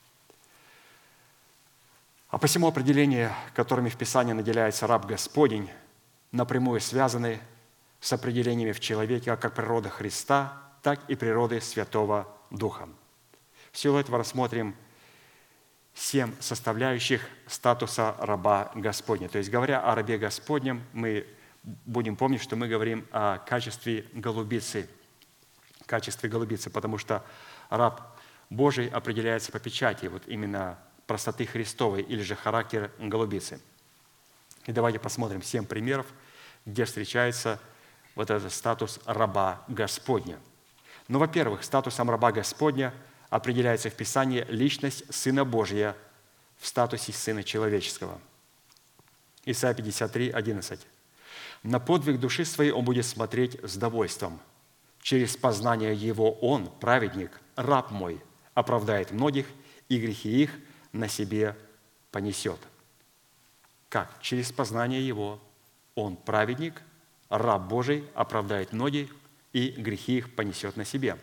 А посему определения, которыми в Писании наделяется раб Господень, напрямую связаны с определениями в человеке как природы Христа, так и природы Святого Духа. В силу этого рассмотрим семь составляющих статуса раба Господня. То есть, говоря о рабе Господнем, мы будем помнить, что мы говорим о качестве голубицы, качестве голубицы, потому что раб Божий определяется по печати, вот именно простоты Христовой или же характер голубицы. И давайте посмотрим семь примеров, где встречается вот этот статус раба Господня. Ну, во-первых, статусом раба Господня определяется в Писании личность Сына Божия в статусе Сына Человеческого. Исайя пятьдесят три, одиннадцать. «На подвиг души своей он будет смотреть с довольством. Через познание его он, праведник, раб мой, оправдает многих, и грехи их на себе понесет». Как? Через познание его он, праведник, раб Божий, оправдает многих, и грехи их понесет на себе.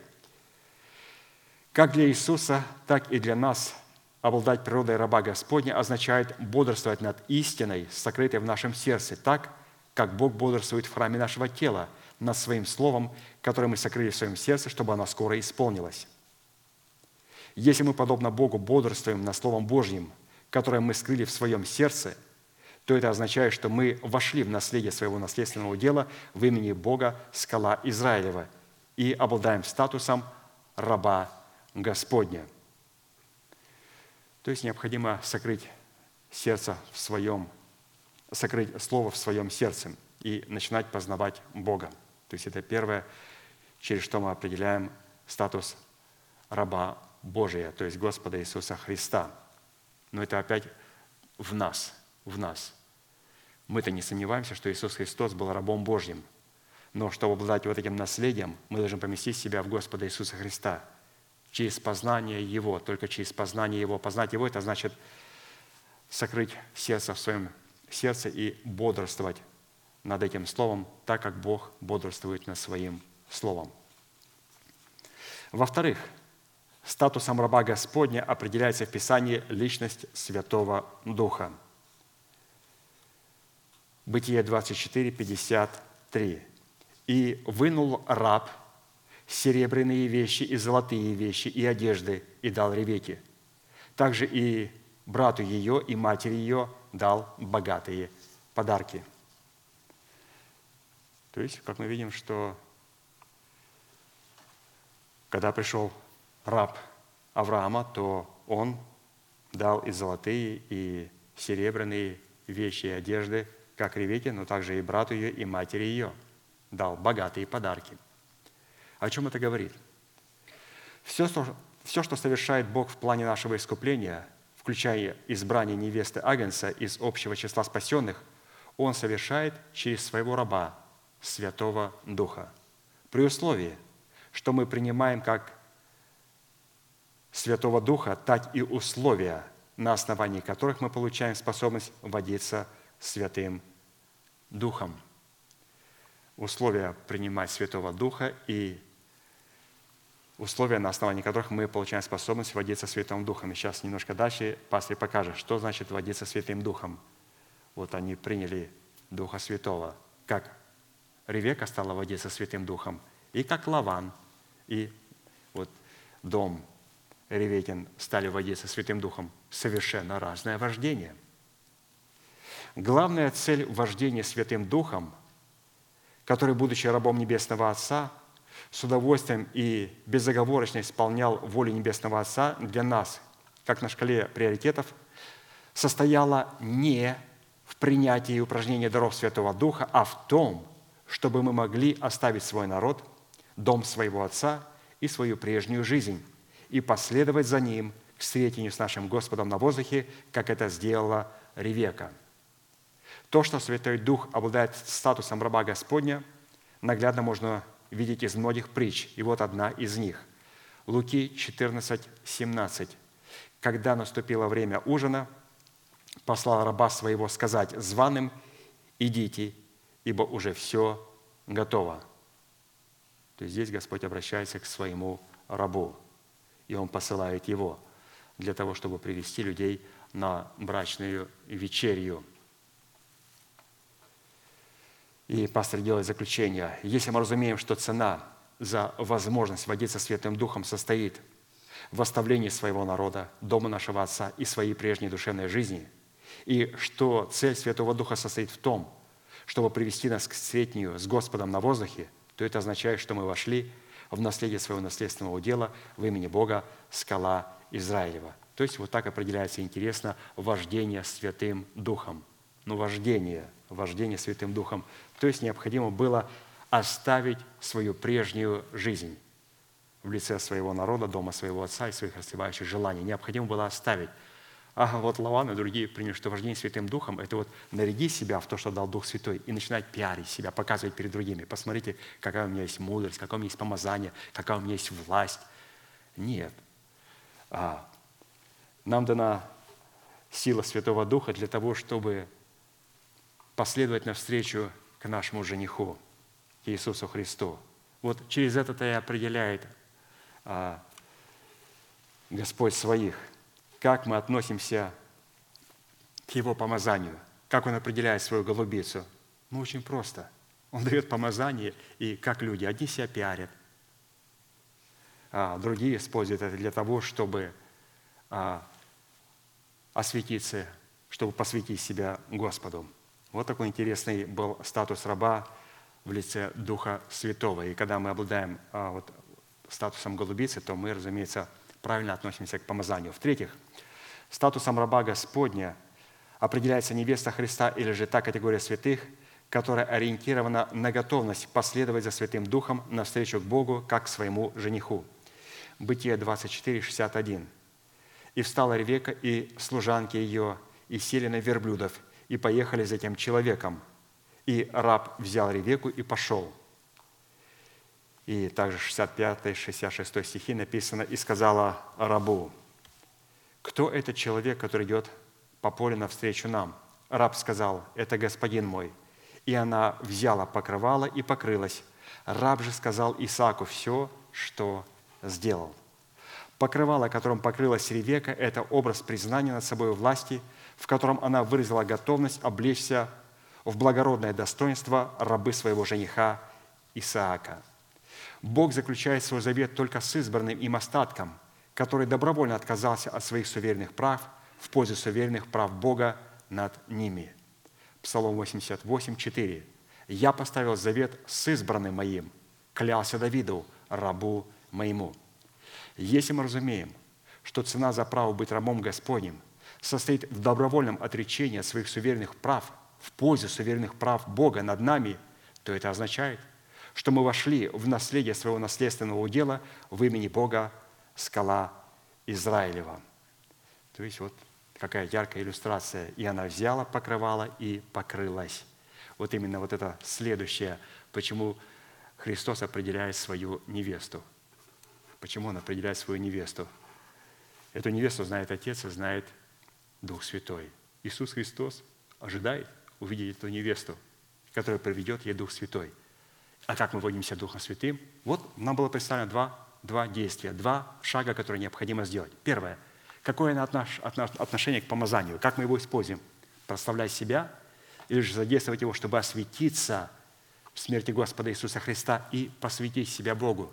Как для Иисуса, так и для нас обладать природой раба Господня означает бодрствовать над истиной, сокрытой в нашем сердце, так, как Бог бодрствует в храме нашего тела, над Своим Словом, которое мы сокрыли в своем сердце, чтобы оно скоро исполнилось. Если мы, подобно Богу, бодрствуем над Словом Божьим, которое мы скрыли в своем сердце, то это означает, что мы вошли в наследие своего наследственного дела в имени Бога, скала Израилева, и обладаем статусом раба Господня. То есть необходимо сокрыть сердце в своем, сокрыть Слово в своем сердце и начинать познавать Бога. То есть это первое, через что мы определяем статус раба Божия, то есть Господа Иисуса Христа. Но это опять в нас, в нас. Мы-то не сомневаемся, что Иисус Христос был рабом Божьим. Но чтобы обладать вот этим наследием, мы должны поместить себя в Господа Иисуса Христа. через познание Его, только через познание Его. Познать Его – это значит сокрыть сердце в своем сердце и бодрствовать над этим Словом, так как Бог бодрствует над Своим Словом. Во-вторых, статусом раба Господня определяется в Писании личность Святого Духа. Бытие двадцать четыре, пятьдесят три. «И вынул раб серебряные вещи и золотые вещи и одежды и дал Ревеке. Также и брату ее и матери ее дал богатые подарки». То есть, как мы видим, что когда пришел раб Авраама, то он дал и золотые, и серебряные вещи и одежды, как Ревеке, но также и брату ее, и матери ее дал богатые подарки. О чем это говорит? Все, что, все, что совершает Бог в плане нашего искупления, включая избрание невесты Агнца из общего числа спасенных, Он совершает через своего раба, Святого Духа, при условии, что мы принимаем как Святого Духа, так и условия, на основании которых мы получаем способность водиться Святым Духом. Условия принимать Святого Духа и условия, на основании которых мы получаем способность водиться Святым Духом. И сейчас немножко дальше пастырь покажет, что значит водиться Святым Духом. Вот они приняли Духа Святого, как Ревека стала водиться Святым Духом, и как Лаван, и вот дом Ревекин стали водиться Святым Духом. Совершенно разное вождение. Главная цель вождения Святым Духом, который, будучи рабом Небесного Отца, с удовольствием и безоговорочно исполнял волю Небесного Отца для нас, как на шкале приоритетов, состояла не в принятии и упражнении даров Святого Духа, а в том, чтобы мы могли оставить свой народ, дом своего Отца и свою прежнюю жизнь, и последовать за Ним к встретению с нашим Господом на воздухе, как это сделала Ревека. То, что Святой Дух обладает статусом раба Господня, наглядно можно видеть из многих притч. И вот одна из них. Луки четырнадцать, семнадцать. «Когда наступило время ужина, послал раба своего сказать званым: идите, ибо уже все готово». То есть здесь Господь обращается к своему рабу, и Он посылает его для того, чтобы привести людей на брачную вечерю. И пастор делает заключение. Если мы разумеем, что цена за возможность водиться Святым Духом состоит в оставлении своего народа, дома нашего Отца и своей прежней душевной жизни, и что цель Святого Духа состоит в том, чтобы привести нас к встретению с Господом на воздухе, то это означает, что мы вошли в наследие своего наследственного удела в имени Бога, скала Израилева. То есть вот так определяется интересно вождение Святым Духом. Ну, вождение, вождение Святым Духом. То есть необходимо было оставить свою прежнюю жизнь в лице своего народа, дома своего Отца и своих расслабляющих желаний. Необходимо было оставить. А вот Лаван и другие приняли, что вождение Святым Духом – это вот наряди себя в то, что дал Дух Святой, и начинать пиарить себя, показывать перед другими. Посмотрите, какая у меня есть мудрость, какое у меня есть помазание, какая у меня есть власть. Нет. А, нам дана сила Святого Духа для того, чтобы последовать навстречу к нашему жениху, Иисусу Христу. Вот через это-то и определяет а, Господь своих, как мы относимся к Его помазанию, как Он определяет свою голубицу. Ну, очень просто. Он дает помазание, и как люди, одни себя пиарят, а другие используют это для того, чтобы а, осветиться, чтобы посвятить себя Господу. Вот такой интересный был статус раба в лице Духа Святого. И когда мы обладаем а, вот, статусом голубицы, то мы, разумеется, правильно относимся к помазанию. В-третьих, статусом раба Господня определяется невеста Христа или же та категория святых, которая ориентирована на готовность последовать за Святым Духом навстречу к Богу, как к своему жениху. Бытие двадцать четыре, шестьдесят один. «И встала Ревека и служанки ее, и сели на верблюдов, и поехали за тем человеком. И раб взял Ревеку и пошел. И также шестьдесят пятый шестьдесят шестой стихи написано: «И сказала рабу: кто этот человек, который идет по полю навстречу нам?» Раб сказал: это господин мой. И она взяла покрывало и покрылась. Раб же сказал Исааку все, что сделал. Покрывало, которым покрылась Ревека, это образ признания над собой власти, в котором она выразила готовность облечься в благородное достоинство рабы своего жениха Исаака. Бог заключает свой завет только с избранным им остатком, который добровольно отказался от своих суверенных прав в пользу суверенных прав Бога над ними. Псалом восемьдесят восемь, четыре. «Я поставил завет с избранным моим, клялся Давиду, рабу моему». Если мы разумеем, что цена за право быть рабом Господним состоит в добровольном отречении от своих суверенных прав в пользу суверенных прав Бога над нами, то это означает, что мы вошли в наследие своего наследственного удела в имени Бога, скала Израилева. То есть вот какая яркая иллюстрация. И она взяла покрывало и покрылась. Вот именно вот это следующее, почему Христос определяет свою невесту. Почему Он определяет свою невесту? Эту невесту знает Отец и знает Дух Святой. Иисус Христос ожидает увидеть эту невесту, которая приведет ей Дух Святой. А как мы водимся Духом Святым? Вот нам было представлено два, два действия, два шага, которые необходимо сделать. Первое. Какое отношение к помазанию? Как мы его используем? Прославлять себя или же задействовать его, чтобы осветиться в смерти Господа Иисуса Христа и посвятить себя Богу?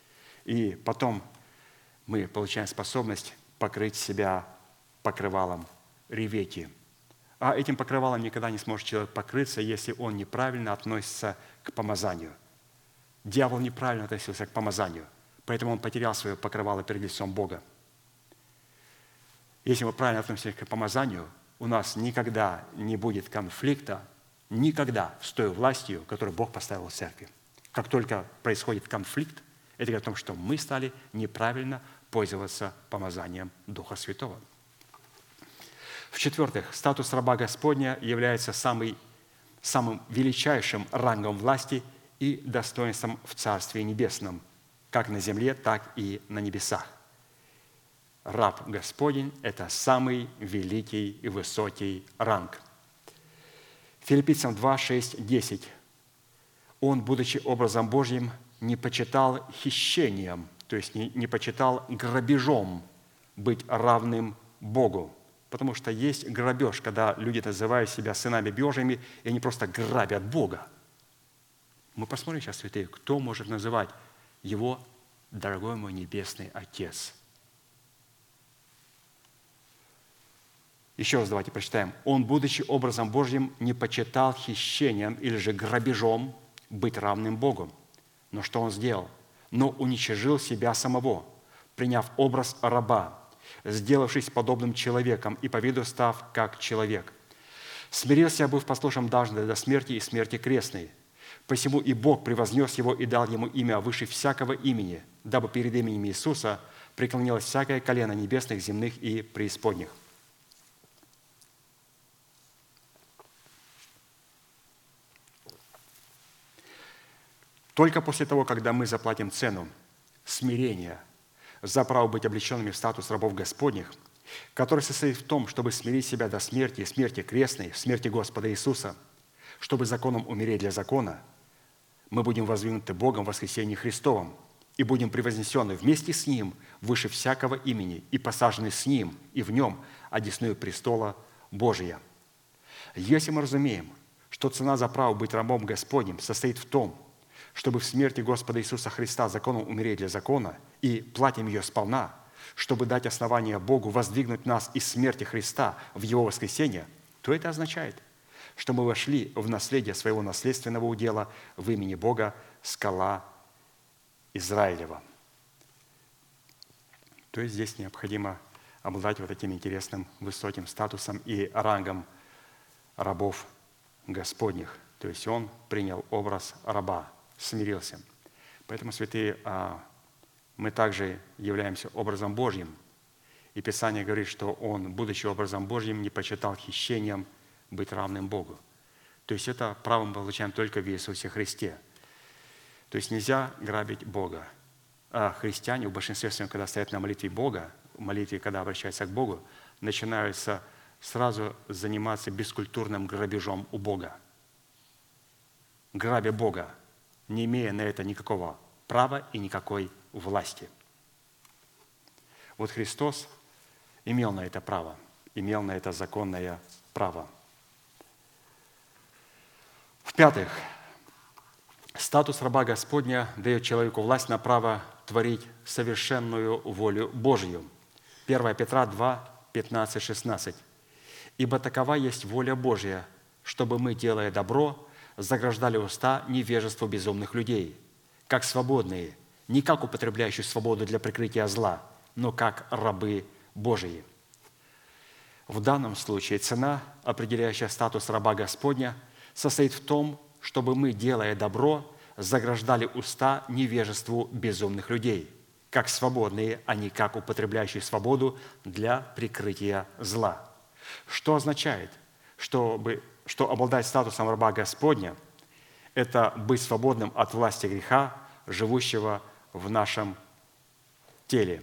И потом мы получаем способность покрыть себя покрывалом Ревеки. А этим покрывалом никогда не сможет человек покрыться, если он неправильно относится к помазанию. Дьявол неправильно относился к помазанию, поэтому он потерял свое покрывало перед лицом Бога. Если мы правильно относимся к помазанию, у нас никогда не будет конфликта, никогда с той властью, которую Бог поставил в церкви. Как только происходит конфликт, это говорит о том, что мы стали неправильно пользоваться помазанием Духа Святого. В-четвертых, статус раба Господня является самый, самым величайшим рангом власти и достоинством в Царстве Небесном, как на земле, так и на небесах. Раб Господень – это самый великий и высокий ранг. Филиппийцам два, шесть, десять. Он, будучи образом Божьим, не почитал хищением, то есть не, не почитал грабежом быть равным Богу. Потому что есть грабеж, когда люди называют себя сынами Божьими, и они просто грабят Бога. Мы посмотрим сейчас, святые, кто может называть его «дорогой мой небесный Отец». Еще раз давайте прочитаем. «Он, будучи образом Божьим, не почитал хищением или же грабежом быть равным Богу. Но что он сделал? Но уничижил себя самого, приняв образ раба, сделавшись подобным человеком и по виду став как человек. Смирился, быв послушным даже до смерти и смерти крестной. Посему и Бог превознес его и дал ему имя выше всякого имени, дабы перед именем Иисуса преклонилось всякое колено небесных, земных и преисподних». Только после того, когда мы заплатим цену смирения за право быть облеченными в статус рабов Господних, который состоит в том, чтобы смирить себя до смерти и смерти крестной, в смерти Господа Иисуса, чтобы законом умереть для закона, мы будем воздвигнуты Богом в воскресении Христовом и будем превознесены вместе с Ним выше всякого имени и посажены с Ним и в Нем одесную престола Божия. Если мы разумеем, что цена за право быть рабом Господним состоит в том, чтобы в смерти Господа Иисуса Христа законом умереть для закона, и платим ее сполна, чтобы дать основание Богу воздвигнуть нас из смерти Христа в Его воскресение, то это означает, что мы вошли в наследие своего наследственного удела в имени Бога, скала Израилева. То есть здесь необходимо обладать вот этим интересным высоким статусом и рангом рабов Господних. То есть он принял образ раба, смирился. Поэтому, святые, мы также являемся образом Божьим. И Писание говорит, что он, будучи образом Божьим, не почитал хищением быть равным Богу. То есть это право мы получаем только в Иисусе Христе. То есть нельзя грабить Бога. А христиане в большинстве своем, когда стоят на молитве Бога, в молитве, когда обращаются к Богу, начинаются сразу заниматься бескультурным грабежом у Бога. Грабя Бога, не имея на это никакого права и никакой власти. Вот Христос имел на это право, имел на это законное право. В-пятых, статус раба Господня дает человеку власть на право творить совершенную волю Божью. первое Петра два, пятнадцать шестнадцать. «Ибо такова есть воля Божья, чтобы мы, делая добро, заграждали уста невежеству безумных людей, как свободные, не как употребляющие свободу для прикрытия зла, но как рабы Божии». В данном случае цена, определяющая статус раба Господня, состоит в том, чтобы мы, делая добро, заграждали уста невежеству безумных людей, как свободные, а не как употребляющие свободу для прикрытия зла. Что означает, чтобы, что обладать статусом раба Господня – это быть свободным от власти греха, живущего в нашем теле.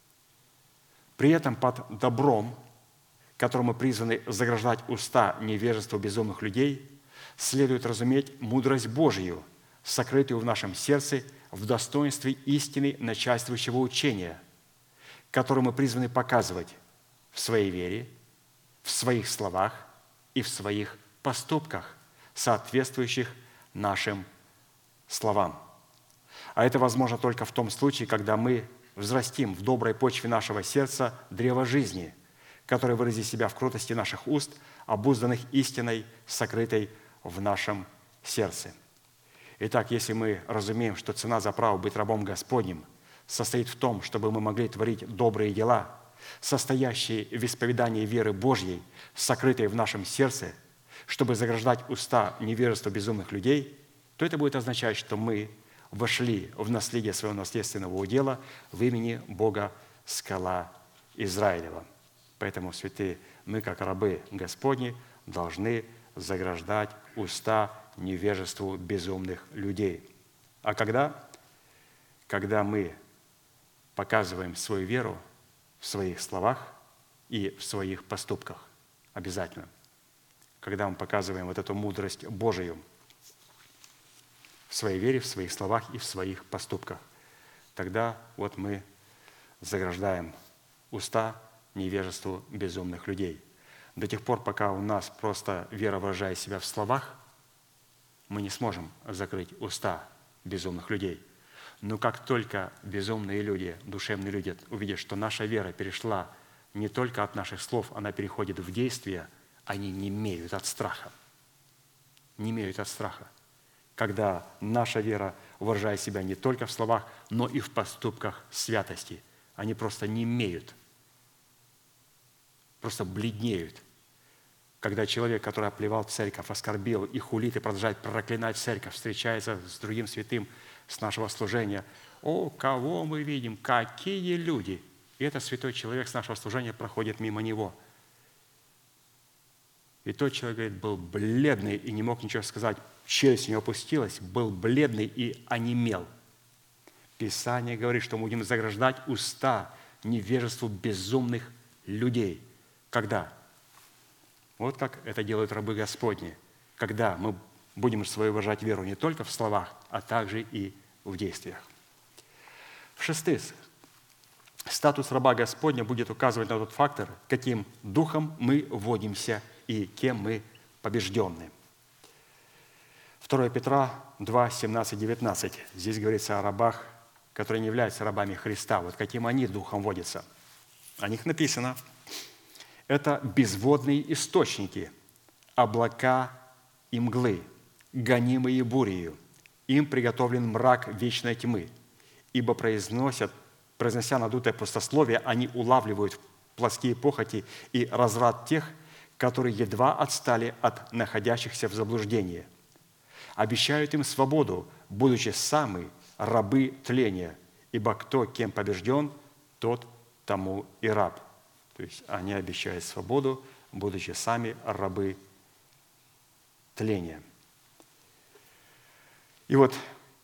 При этом под добром, которым мы призваны заграждать уста невежеству безумных людей, следует разуметь мудрость Божию, сокрытую в нашем сердце в достоинстве истины начальствующего учения, которую мы призваны показывать в своей вере, в своих словах и в своих поступках, соответствующих нашим словам. А это возможно только в том случае, когда мы взрастим в доброй почве нашего сердца древо жизни, которое выразит себя в кротости наших уст, обузданных истиной, сокрытой в нашем сердце. Итак, если мы разумеем, что цена за право быть рабом Господним состоит в том, чтобы мы могли творить добрые дела, состоящие в исповедании веры Божьей, сокрытой в нашем сердце, чтобы заграждать уста невежества безумных людей, то это будет означать, что мы вошли в наследие своего наследственного удела в имени Бога Скала Израилева. Поэтому, святые, мы, как рабы Господни, должны заграждать уста невежеству безумных людей. А когда? Когда мы показываем свою веру в своих словах и в своих поступках. Обязательно. Когда мы показываем вот эту мудрость Божию в своей вере, в своих словах и в своих поступках, тогда вот мы заграждаем уста невежеству безумных людей. До тех пор, пока у нас просто вера выражает себя в словах, мы не сможем закрыть уста безумных людей. Но как только безумные люди, душевные люди увидят, что наша вера перешла не только от наших слов, она переходит в действие, они немеют от страха. Немеют от страха. Когда наша вера выражает себя не только в словах, но и в поступках святости. Они просто немеют, просто бледнеют. Когда человек, который оплевал церковь, оскорбил и хулит, и продолжает проклинать церковь, встречается с другим святым с нашего служения, о, кого мы видим, какие люди! И этот святой человек с нашего служения проходит мимо него. И тот человек, говорит, был бледный и не мог ничего сказать, челюсть у него опустилась, был бледный и онемел. Писание говорит, что мы будем заграждать уста невежеству безумных людей. Когда? Вот как это делают рабы Господни, когда мы будем свою выражать веру не только в словах, а также и в действиях. В-шестых, статус раба Господня будет указывать на тот фактор, каким духом мы водимся и кем мы побежденны. второе Петра два, семнадцать, девятнадцать. Здесь говорится о рабах, которые не являются рабами Христа. Вот каким они духом водятся. О них написано: это безводные источники, облака и мглы, гонимые бурею. Им приготовлен мрак вечной тьмы, ибо произносят, произнося надутое пустословие, они улавливают плотские похоти и разврат тех, которые едва отстали от находящихся в заблуждении. Обещают им свободу, будучи сами рабы тления, ибо кто кем побежден, тот тому и раб. То есть они обещают свободу, будучи сами рабы тления. И вот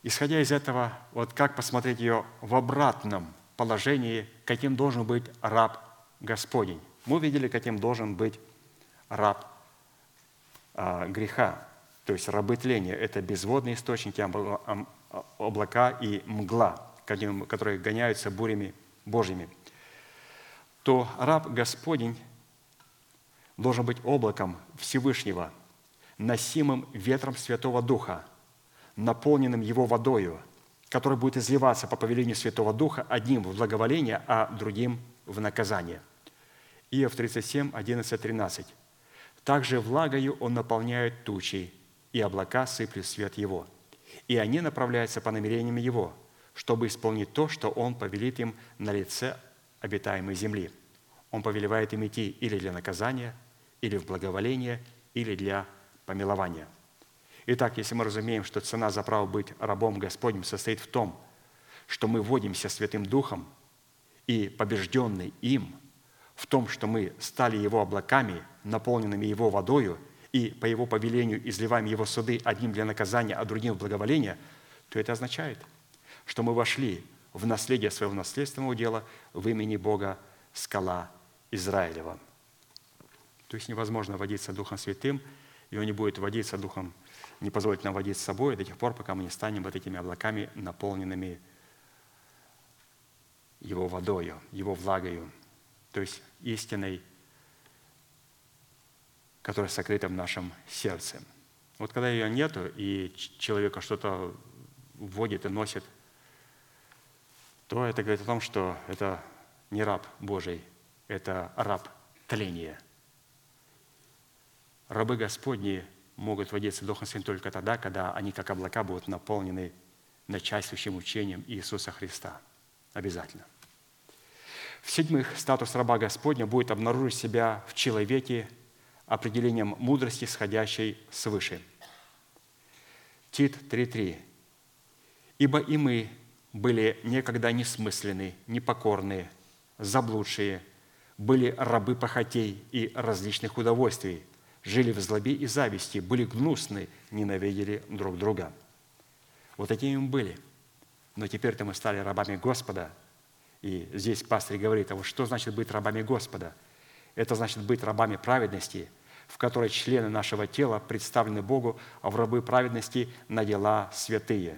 исходя из этого, вот как посмотреть ее в обратном положении, каким должен быть раб Господень. Мы увидели, каким должен быть раб а, греха, то есть рабы тления. Это безводные источники, облака и мгла, которые гоняются бурями Божьими. То раб Господень должен быть облаком Всевышнего, носимым ветром Святого Духа, наполненным Его водою, который будет изливаться по повелению Святого Духа одним в благоволение, а другим в наказание. Иов тридцать семь, одиннадцать, тринадцать. «Также влагою Он наполняет тучи, и облака сыплют свет Его, и они направляются по намерениям Его, чтобы исполнить то, что Он повелит им на лице обитаемой земли. Он повелевает им идти или для наказания, или в благоволение, или для помилования». Итак, если мы разумеем, что цена за право быть рабом Господним состоит в том, что мы водимся Святым Духом и побежденный им, в том, что мы стали Его облаками, наполненными Его водою, и по Его повелению изливаем Его суды одним для наказания, а другим в благоволение, то это означает, что мы вошли в наследие своего наследственного дела в имени Бога скала Израилева. То есть невозможно водиться Духом Святым, и Он не будет водиться Духом, не позволит нам водить с собой до тех пор, пока мы не станем вот этими облаками, наполненными Его водою, Его влагою, то есть истиной, которая сокрыта в нашем сердце. Вот когда ее нету, и человека что-то вводит и носит, то это говорит о том, что это не раб Божий, это раб тления. Рабы Господни могут водиться Духом Святым только тогда, когда они, как облака, будут наполнены начальствующим учением Иисуса Христа. Обязательно. В-седьмых, статус раба Господня будет обнаружить себя в человеке определением мудрости, сходящей свыше. Тит три три. «Ибо и мы были некогда несмысленны, непокорные, заблудшие, были рабы похотей и различных удовольствий, жили в злобе и зависти, были гнусны, ненавидели друг друга». Вот такими мы были. Но теперь-то мы стали рабами Господа. И здесь пастырь говорит, а вот что значит быть рабами Господа? Это значит быть рабами праведности, в которой члены нашего тела представлены Богу, а в рабы праведности на дела святые.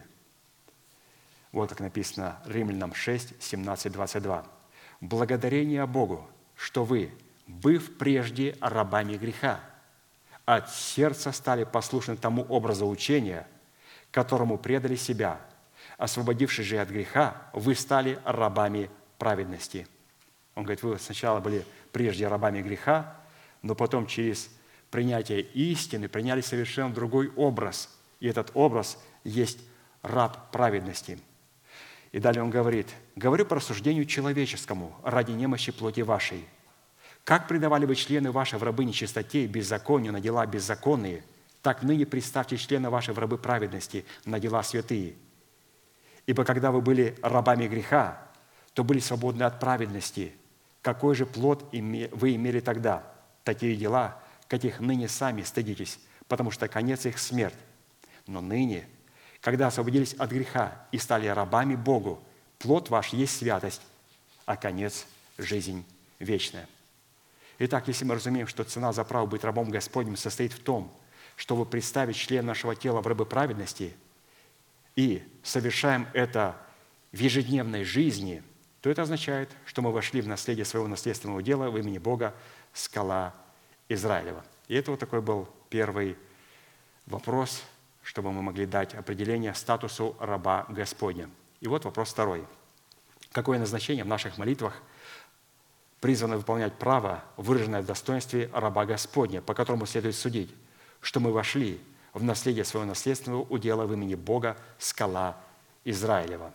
Вот как написано Римлянам шесть, семнадцать, двадцать два. «Благодарение Богу, что вы, быв прежде рабами греха, от сердца стали послушны тому образу учения, которому предали себя, освободившись же от греха, вы стали рабами праведности». Он говорит, вы сначала были прежде рабами греха, но потом через принятие истины приняли совершенно другой образ. И этот образ есть раб праведности. И далее он говорит, «Говорю по рассуждению человеческому, ради немощи плоти вашей. Как предавали вы члены ваши в рабы нечистоте и беззаконию на дела беззаконные, так ныне представьте члены ваши в рабы праведности на дела святые. Ибо когда вы были рабами греха, то были свободны от праведности. Какой же плод вы имели тогда? Такие дела, каких ныне сами стыдитесь, потому что конец их смерть. Но ныне, когда освободились от греха и стали рабами Богу, плод ваш есть святость, а конец – жизнь вечная». Итак, если мы разумеем, что цена за право быть рабом Господним состоит в том, чтобы представить член нашего тела в рабы праведности, и совершаем это в ежедневной жизни, то это означает, что мы вошли в наследие своего наследственного дела в имени Бога скала Израилева. И это вот такой был первый вопрос, чтобы мы могли дать определение статусу раба Господня. И вот вопрос второй. Какое назначение в наших молитвах призвано выполнять право, выраженное в достоинстве раба Господня, по которому следует судить, что мы вошли в наследие своего наследственного удела в имени Бога скала Израилева?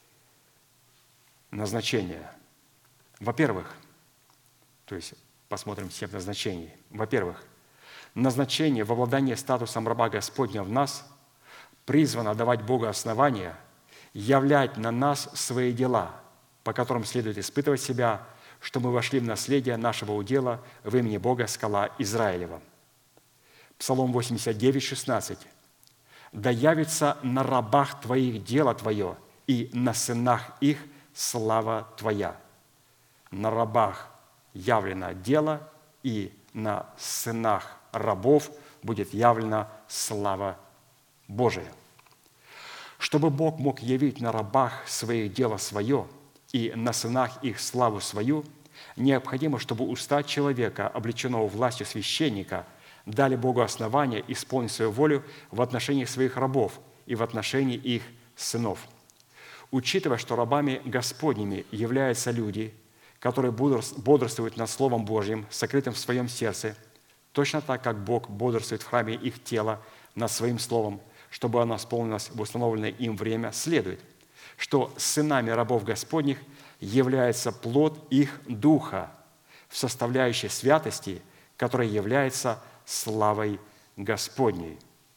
Назначение. Во-первых, то есть посмотрим семь назначений. Во-первых, назначение в обладании статусом раба Господня в нас призвано давать Богу основания являть на нас свои дела, по которым следует испытывать себя, что мы вошли в наследие нашего удела в имени Бога скала Израилева. Псалом восемьдесят девять, шестнадцать. Да явится на рабах Твоих дело Твое, и на сынах их слава Твоя». На рабах явлено дело, и на сынах рабов будет явлена слава Божия. Чтобы Бог мог явить на рабах своих дело свое и на сынах их славу свою, необходимо, чтобы уста человека, облеченного властью священника, дали Богу основание исполнить свою волю в отношении своих рабов и в отношении их сынов. Учитывая, что рабами Господними являются люди, которые бодрствуют над Словом Божьим, сокрытым в своем сердце, точно так, как Бог бодрствует в храме их тела над Своим Словом, чтобы оно исполнилось в установленное им время, следует, что сынами рабов Господних является плод их духа в составляющей святости, которая является славой Господней.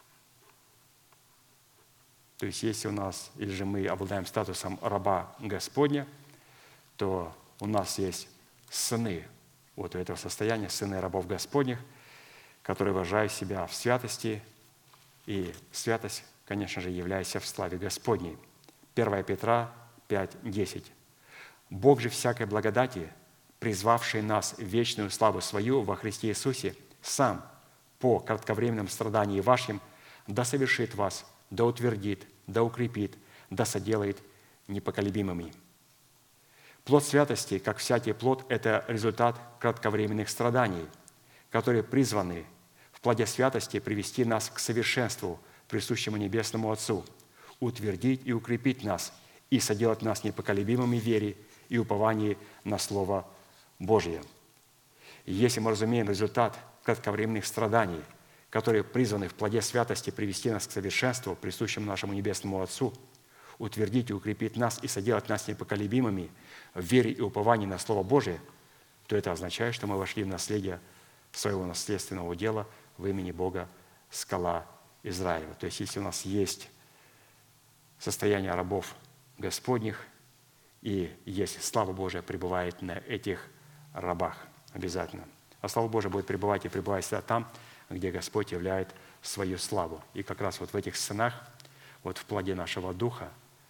То есть, если у нас, или же мы обладаем статусом раба Господня, то у нас есть сыны вот у этого состояния, сыны рабов Господних, которые выражают себя в святости, и святость, конечно же, является в славе Господней. первое Петра пять десять. «Бог же всякой благодати, призвавший нас в вечную славу свою во Христе Иисусе, сам по кратковременном страдании вашим да совершит вас, да утвердит, да укрепит, да соделает непоколебимыми». Плод святости, как всякий плод, это результат кратковременных страданий, которые призваны в плоде святости привести нас к совершенству, присущему Небесному Отцу, утвердить и укрепить нас и соделать нас непоколебимыми в вере и уповании на Слово Божие. И если мы разумеем результат кратковременных страданий, которые призваны в плоде святости привести нас к совершенству, присущему нашему Небесному Отцу, утвердить и укрепить нас и соделать нас непоколебимыми в вере и уповании на Слово Божие, то это означает, что мы вошли в наследие своего наследственного дела в имени Бога скала Израиля. То есть, если у нас есть состояние рабов Господних, и если слава Божия пребывает на этих рабах обязательно. А слава Божия будет пребывать и пребывать всегда там, где Господь являет свою славу. И как раз вот в этих сынах, вот в плоде нашего духа,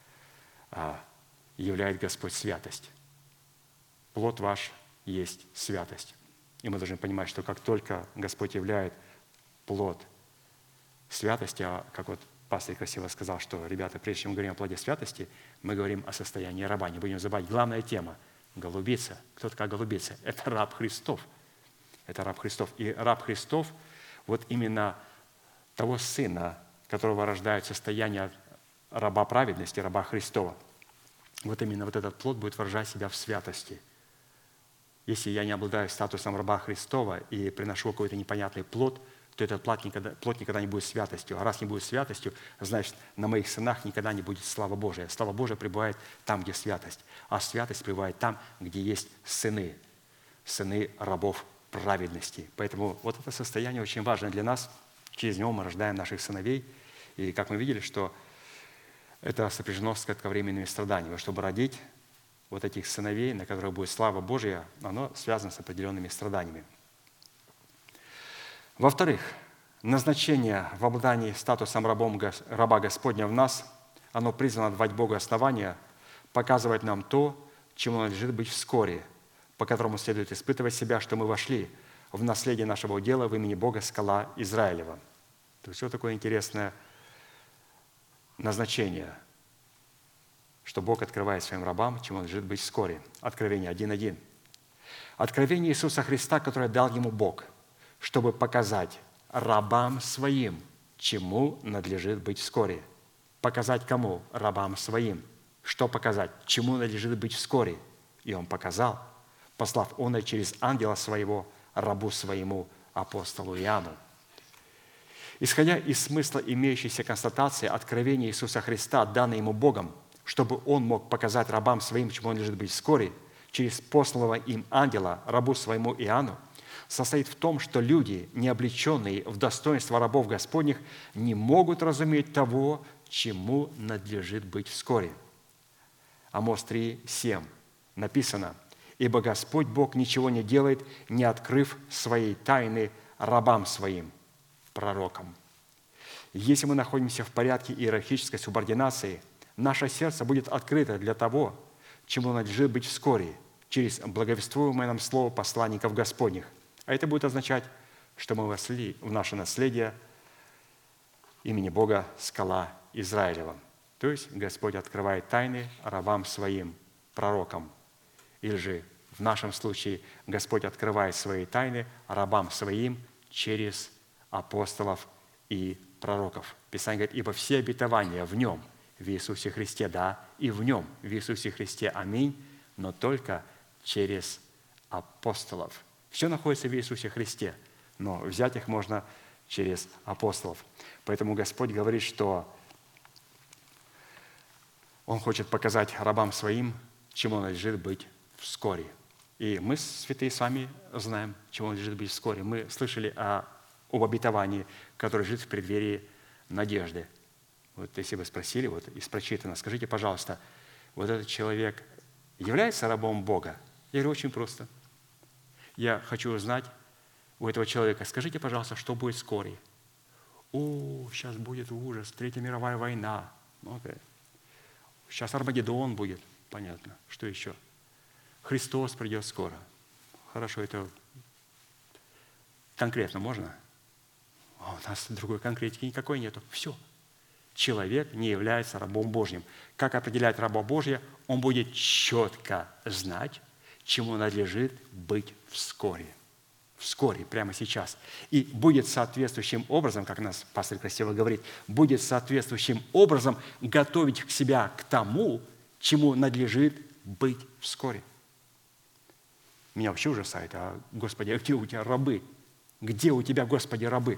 являет Господь святость. Плод ваш есть святость. И мы должны понимать, что как только Господь являет плод святости, а как вот пастор красиво сказал, что, ребята, прежде чем мы говорим о плоде святости, мы говорим о состоянии раба. Не будем забывать, главная тема – голубица. Кто такая голубица? Это раб Христов. Это раб Христов. И раб Христов, вот именно того сына, которого рождает состояние раба праведности, раба Христова, вот именно вот этот плод будет выражать себя в святости. Если я не обладаю статусом раба Христова и приношу какой-то непонятный плод, то этот плод никогда, плод никогда не будет святостью. А раз не будет святостью, значит, на моих сынах никогда не будет слава Божия. Слава Божия пребывает там, где святость. А святость пребывает там, где есть сыны. Сыны рабов праведности. Поэтому вот это состояние очень важно для нас. Через него мы рождаем наших сыновей. И как мы видели, что это сопряжено с кратковременными страданиями. Чтобы родить вот этих сыновей, на которых будет слава Божия, оно связано с определенными страданиями. Во-вторых, назначение в обладании статусом рабом, раба Господня в нас, оно призвано давать Богу основания, показывать нам то, чему надлежит быть вскоре, по которому следует испытывать себя, что мы вошли в наследие нашего удела в имени Бога скала Израилева. То есть вот такое интересное назначение, что Бог открывает своим рабам, чему надлежит быть вскоре. Откровение один один. Откровение Иисуса Христа, которое дал ему Бог, чтобы показать рабам своим, чему надлежит быть вскоре. Показать кому? Рабам своим. Что показать? Чему надлежит быть вскоре? И он показал, послав он через ангела своего, рабу своему, апостолу Иоанну. Исходя из смысла имеющейся констатации откровения Иисуса Христа, данной ему Богом, чтобы он мог показать рабам своим, чему он надлежит быть вскоре, через посланного им ангела, рабу своему Иоанну, состоит в том, что люди, не облеченные в достоинство рабов Господних, не могут разуметь того, чему надлежит быть вскоре. Амос три семь написано: «Ибо Господь Бог ничего не делает, не открыв своей тайны рабам своим, пророкам». Если мы находимся в порядке иерархической субординации, наше сердце будет открыто для того, чему надлежит быть вскоре, через благовествуемое нам слово посланников Господних. А это будет означать, что мы вошли в наше наследие имени Бога скала Израилева. То есть Господь открывает тайны рабам своим, пророкам. Или же в нашем случае Господь открывает свои тайны рабам своим через апостолов и пророков. Писание говорит, ибо все обетования в Нем, в Иисусе Христе, да, и в Нем, в Иисусе Христе, аминь, но только через апостолов. Все находится в Иисусе Христе, но взять их можно через апостолов. Поэтому Господь говорит, что Он хочет показать рабам своим, чему надлежит быть вскоре. И мы, святые, с вами знаем, чему надлежит быть вскоре. Мы слышали о, об обетовании, которое лежит в преддверии надежды. Вот если вы спросили, вот из прочитанного, скажите, пожалуйста, вот этот человек является рабом Бога? Я говорю, очень просто. Я хочу узнать у этого человека, скажите, пожалуйста, что будет вскоре? О, сейчас будет ужас, Третья мировая война. Okay. Сейчас Армагеддон будет, понятно. Что еще? Христос придет скоро. Хорошо, это конкретно можно? А у нас другой конкретики никакой нету. Все. Человек не является рабом Божьим. Как определять раба Божья? Он будет четко знать, чему надлежит быть вскоре. Вскоре, прямо сейчас. И будет соответствующим образом, как нас пастор красиво говорит, будет соответствующим образом готовить к себя к тому, чему надлежит быть вскоре. Меня вообще ужасает, а, Господи, а где у тебя рабы? Где у тебя, Господи, рабы?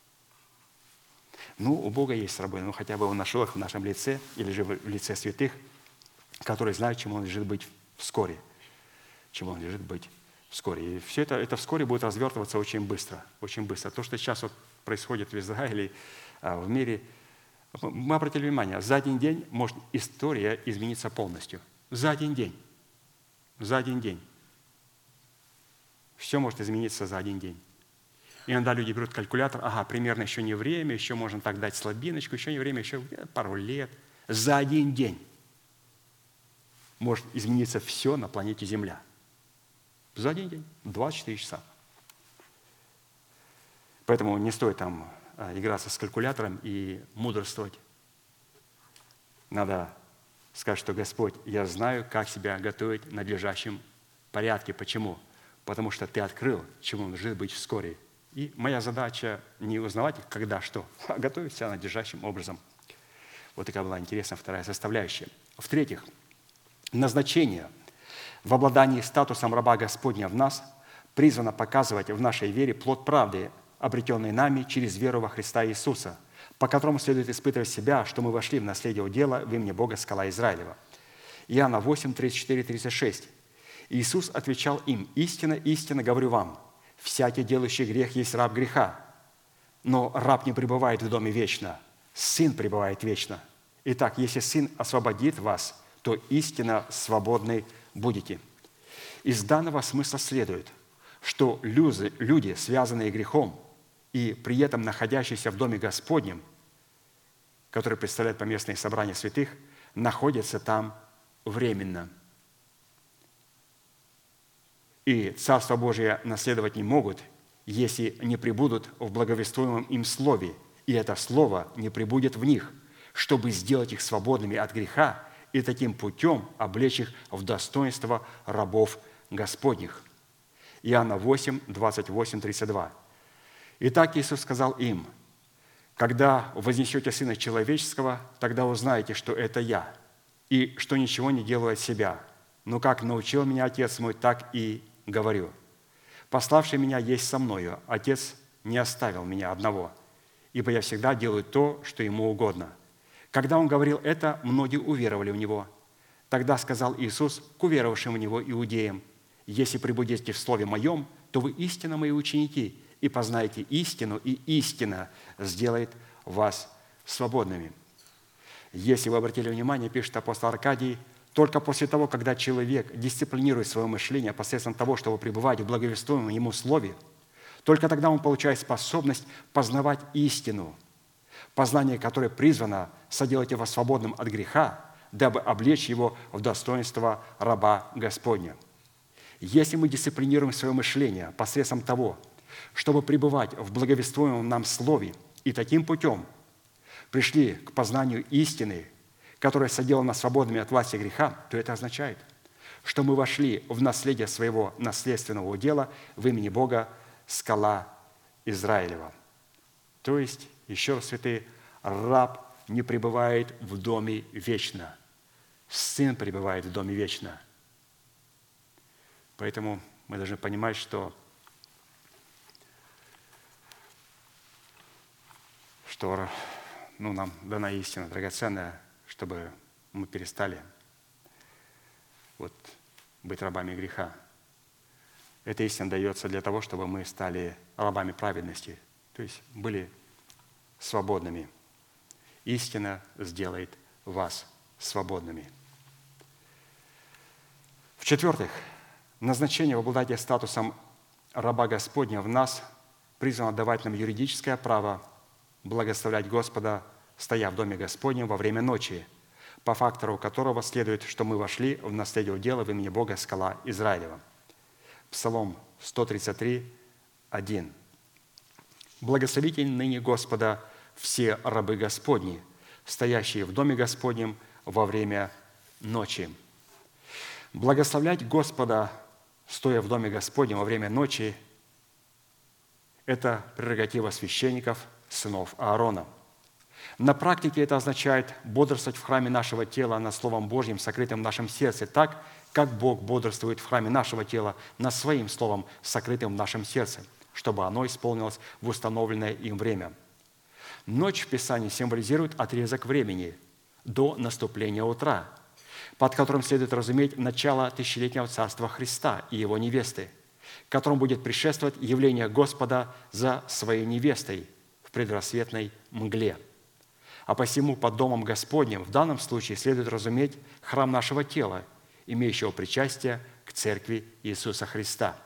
Ну, у Бога есть рабы, ну, хотя бы Он нашел их в нашем лице, или же в лице святых, которые знают, чему Он надлежит быть вскоре. Чему Он надлежит быть вскоре. И все это, это вскоре будет развертываться очень быстро, очень быстро. То, что сейчас вот происходит в Израиле, в мире, мы обратили внимание, за один день может история измениться полностью. За один день. За один день. Все может измениться за один день. Иногда люди берут калькулятор, ага, примерно еще не время, еще можно так дать слабиночку, еще не время, еще пару лет. За один день может измениться все на планете Земля. За один день, двадцать четыре часа. Поэтому не стоит там играться с калькулятором и мудрствовать. Надо сказать, что Господь, я знаю, как себя готовить в надлежащем порядке. Почему? Потому что Ты открыл, чему надлежит быть вскоре. И моя задача не узнавать, когда что, а готовить себя надлежащим образом. Вот такая была интересная вторая составляющая. В-третьих, назначение в обладании статусом раба Господня в нас призвано показывать в нашей вере плод правды, обретенный нами через веру во Христа Иисуса, по которому следует испытывать себя, что мы вошли в наследие удела в имени Бога скала Израилева. Иоанна восемь, тридцать четыре, тридцать шесть. Иисус отвечал им: «Истинно, истинно говорю вам, всякий, делающий грех, есть раб греха. Но раб не пребывает в доме вечно, Сын пребывает вечно. Итак, если Сын освободит вас, то истинно свободны будете». Из данного смысла следует, что люди, люди, связанные грехом и при этом находящиеся в доме Господнем, который представляет поместные собрания святых, находятся там временно. И Царство Божие наследовать не могут, если не пребудут в благовествуемом им слове, и это слово не пребудет в них, чтобы сделать их свободными от греха и таким путем облечь их в достоинство рабов Господних. Иоанна восемь, двадцать восемь, тридцать два. «Итак, Иисус сказал им: когда вознесете Сына Человеческого, тогда узнаете, что это Я, и что ничего не делаю от себя, но как научил меня Отец мой, так и говорю. Пославший меня есть со мною, Отец не оставил меня одного, ибо я всегда делаю то, что Ему угодно». Когда Он говорил это, многие уверовали в Него. Тогда сказал Иисус к уверовавшим в Него иудеям: «Если пребудете в Слове Моем, то вы истинно Мои ученики, и познаете истину, и истина сделает вас свободными». Если вы обратили внимание, пишет апостол Аркадий, только после того, когда человек дисциплинирует свое мышление посредством того, чтобы пребывать в благовествуемом ему слове, только тогда он получает способность познавать истину. познание которое призвано соделать его свободным от греха, дабы облечь его в достоинство раба Господня. Если мы дисциплинируем свое мышление посредством того, чтобы пребывать в благовествуемом нам Слове, и таким путем пришли к познанию истины, которая соделана нас свободными от власти греха, то это означает, что мы вошли в наследие своего наследственного удела в имени Бога скала Израилева. То есть, еще раз, святые, раб не пребывает в доме вечно. Сын пребывает в доме вечно. Поэтому мы должны понимать, что, что ну, нам дана истина драгоценная, чтобы мы перестали вот, быть рабами греха. Эта истина дается для того, чтобы мы стали рабами праведности, то есть были свободными. Истина сделает вас свободными. В-четвертых, назначение в обладателя статусом раба Господня в нас призвано давать нам юридическое право благословлять Господа, стоя в доме Господнем во время ночи, по фактору которого следует, что мы вошли в наследие удела в имени Бога скала Израилева. Псалом сто тридцать три, один. «Благословите ныне Господа все рабы Господни, стоящие в доме Господнем во время ночи». Благословлять Господа, стоя в доме Господнем во время ночи, это прерогатива священников, сынов Аарона. На практике это означает бодрствовать в храме нашего тела над Словом Божьим, сокрытым в нашем сердце, так, как Бог бодрствует в храме нашего тела над Своим Словом, сокрытым в нашем сердце, чтобы оно исполнилось в установленное им время. Ночь в Писании символизирует отрезок времени до наступления утра, под которым следует разуметь начало тысячелетнего царства Христа и Его невесты, которому будет предшествовать явление Господа за Своей невестой в предрассветной мгле. А посему под домом Господним в данном случае следует разуметь храм нашего тела, имеющего причастие к церкви Иисуса Христа.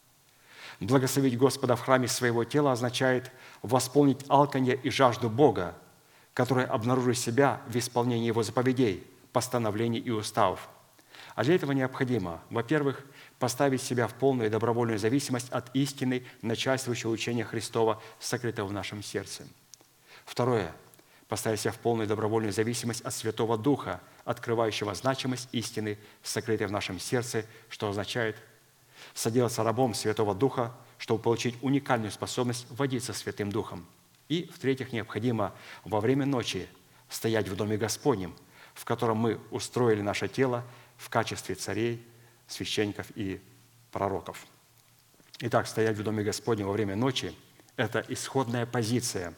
Благословить Господа в храме своего тела означает восполнить алканье и жажду Бога, которая обнаружит себя в исполнении Его заповедей, постановлений и уставов. А для этого необходимо, во-первых, поставить себя в полную и добровольную зависимость от истины начальствующего учения Христова, сокрытого в нашем сердце. Второе – поставить себя в полную добровольную зависимость от Святого Духа, открывающего значимость истины, сокрытой в нашем сердце, что означает соделаться рабом Святого Духа, чтобы получить уникальную способность водиться Святым Духом. И, в-третьих, необходимо во время ночи стоять в Доме Господнем, в котором мы устроили наше тело в качестве царей, священников и пророков. Итак, стоять в Доме Господнем во время ночи – это исходная позиция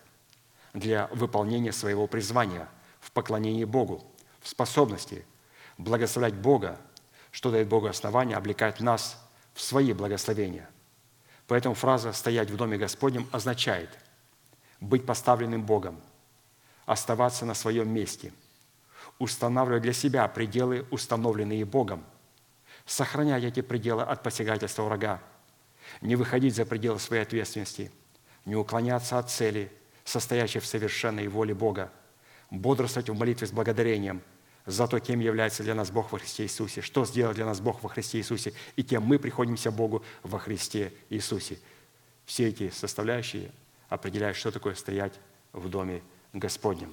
для выполнения своего призвания в поклонении Богу, в способности благословлять Бога, что дает Богу основание облекать нас в свои благословения. Поэтому фраза «стоять в Доме Господнем» означает быть поставленным Богом, оставаться на своем месте, устанавливать для себя пределы, установленные Богом, сохранять эти пределы от посягательства врага, не выходить за пределы своей ответственности, не уклоняться от цели, состоящей в совершенной воле Бога, бодрствовать в молитве с благодарением за то, кем является для нас Бог во Христе Иисусе, что сделал для нас Бог во Христе Иисусе, и кем мы приходимся Богу во Христе Иисусе. Все эти составляющие определяют, что такое стоять в Доме Господнем.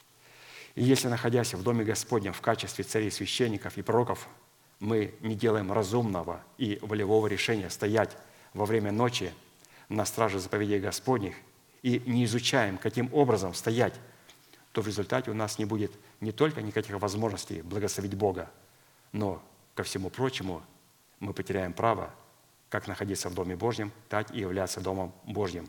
И если, находясь в Доме Господнем в качестве царей, священников и пророков, мы не делаем разумного и волевого решения стоять во время ночи на страже заповедей Господних и не изучаем, каким образом стоять, то в результате у нас не будет не только никаких возможностей благословить Бога, но, ко всему прочему, мы потеряем право как находиться в Доме Божьем, так и являться Домом Божьим.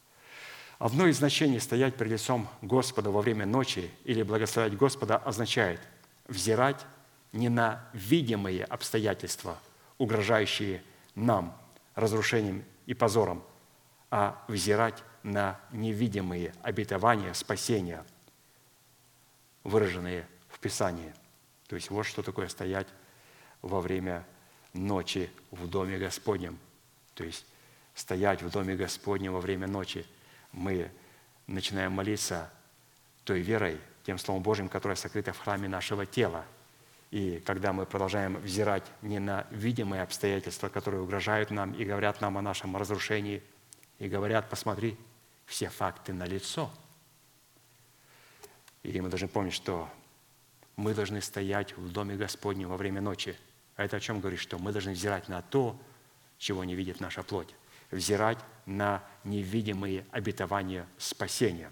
Одно из значений стоять перед лицом Господа во время ночи или благословлять Господа означает взирать не на видимые обстоятельства, угрожающие нам разрушением и позором, а взирать на невидимые обетования спасения, выраженные в Писании. То есть вот что такое стоять во время ночи в Доме Господнем. То есть стоять в Доме Господнем во время ночи. Мы начинаем молиться той верой, тем Словом Божьим, которое сокрыто в храме нашего тела. И когда мы продолжаем взирать не на видимые обстоятельства, которые угрожают нам и говорят нам о нашем разрушении, и говорят: посмотри, все факты налицо. И мы должны помнить, что мы должны стоять в Доме Господнем во время ночи. А это о чем говорит? Что мы должны взирать на то, чего не видит наша плоть. Взирать на невидимые обетования спасения.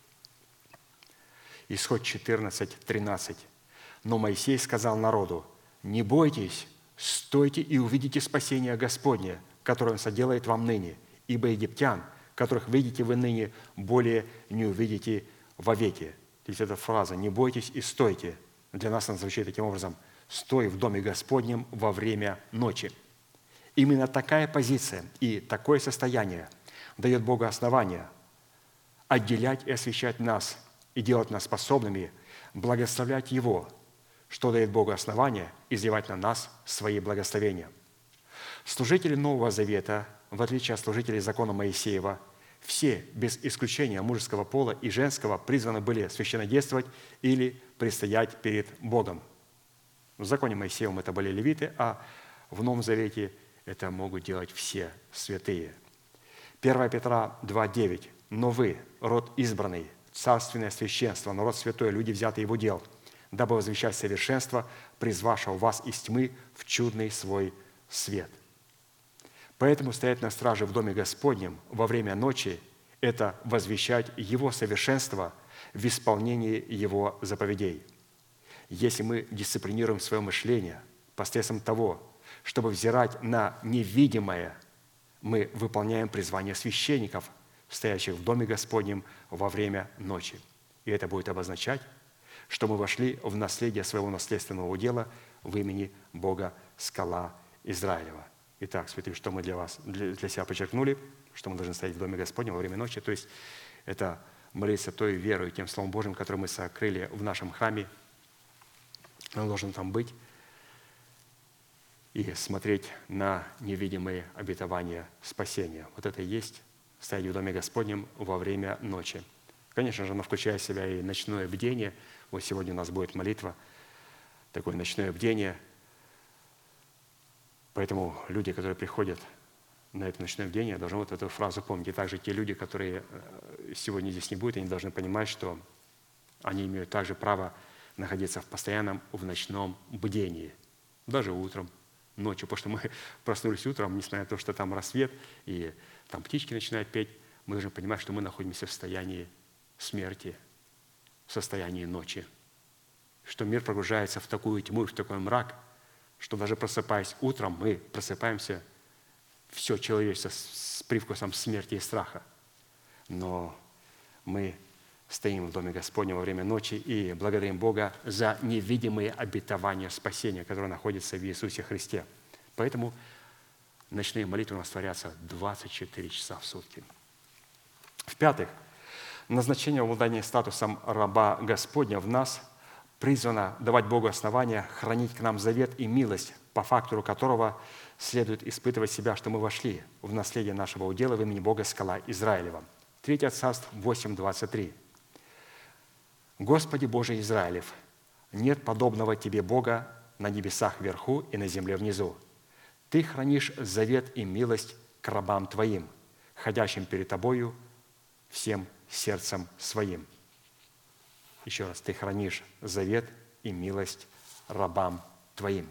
Исход четырнадцать, тринадцать. «Но Моисей сказал народу: не бойтесь, стойте и увидите спасение Господне, которое Он соделает вам ныне, ибо египтян, которых видите вы ныне, более не увидите вовеки». То есть эта фраза «не бойтесь и стойте» для нас она звучит таким образом: «Стой в Доме Господнем во время ночи». Именно такая позиция и такое состояние дает Богу основание отделять и освящать нас и делать нас способными благословлять Его, что дает Богу основание изливать на нас свои благословения. Служители Нового Завета, в отличие от служителей закона Моисеева, все, без исключения мужеского пола и женского, призваны были священнодействовать или предстоять перед Богом. В законе Моисеевом это были левиты, а в Новом Завете это могут делать все святые. первое Петра два девять. «Но вы, род избранный, царственное священство, народ святой, люди, взятые Его дел, дабы возвещать совершенство, призвавшего вас из тьмы в чудный свой свет». Поэтому стоять на страже в Доме Господнем во время ночи – это возвещать Его совершенство в исполнении Его заповедей. Если мы дисциплинируем свое мышление посредством того, чтобы взирать на невидимое, мы выполняем призвание священников, стоящих в Доме Господнем во время ночи. И это будет обозначать, что мы вошли в наследие своего наследственного удела в имени Бога Скала Израилева. Итак, святые, что мы для вас, для, для себя подчеркнули, что мы должны стоять в Доме Господнем во время ночи, то есть это молиться той верой, тем Словом Божьим, которое мы сокрыли в нашем храме. Он должен там быть и смотреть на невидимые обетования спасения. Вот это и есть стоять в Доме Господнем во время ночи. Конечно же, оно включает в себя и ночное бдение. Вот сегодня у нас будет молитва, такое ночное бдение. Поэтому люди, которые приходят на это ночное бдение, должны вот эту фразу помнить. И также те люди, которые сегодня здесь не будут, они должны понимать, что они имеют также право находиться в постоянном, в ночном бдении. Даже утром, ночью. Потому что мы проснулись утром, несмотря на то, что там рассвет, и там птички начинают петь, мы должны понимать, что мы находимся в состоянии смерти, в состоянии ночи. Что мир погружается в такую тьму, в такой мрак, что даже просыпаясь утром, мы просыпаемся, все человечество с привкусом смерти и страха. Но мы стоим в Доме Господнем во время ночи и благодарим Бога за невидимые обетования спасения, которые находятся в Иисусе Христе. Поэтому ночные молитвы у нас творятся двадцать четыре часа в сутки. В-пятых, назначение обладания статусом раба Господня в нас призвано давать Богу основания хранить к нам завет и милость, по фактору которого следует испытывать себя, что мы вошли в наследие нашего удела в имени Бога Скала Израилева. Третье Царств восемь двадцать три. «Господи Боже Израилев, нет подобного Тебе Бога на небесах вверху и на земле внизу. Ты хранишь завет и милость к рабам Твоим, ходящим перед Тобою всем сердцем своим». Еще раз, ты хранишь завет и милость рабам Твоим.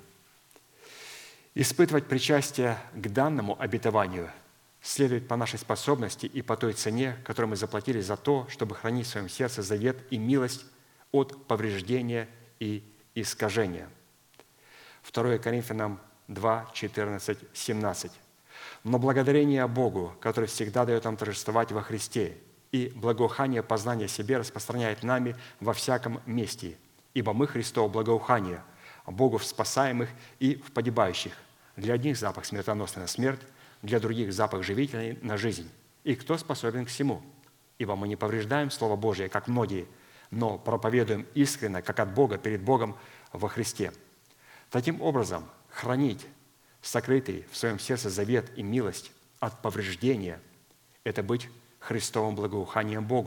Испытывать причастие к данному обетованию следует по нашей способности и по той цене, которую мы заплатили за то, чтобы хранить в своем сердце завет и милость от повреждения и искажения. второе Коринфянам два, четырнадцать, семнадцать. «Но благодарение Богу, который всегда дает нам торжествовать во Христе, и благоухание познания себе распространяет нами во всяком месте, ибо мы Христово благоухание, Богу в спасаемых и в погибающих. Для одних запах смертоносный на смерть, для других запах живительный на жизнь. И кто способен к всему? Ибо мы не повреждаем Слово Божие, как многие, но проповедуем искренне, как от Бога, перед Богом во Христе». Таким образом, хранить сокрытый в своем сердце завет и милость от повреждения – это быть Христовым благоуханием Богу,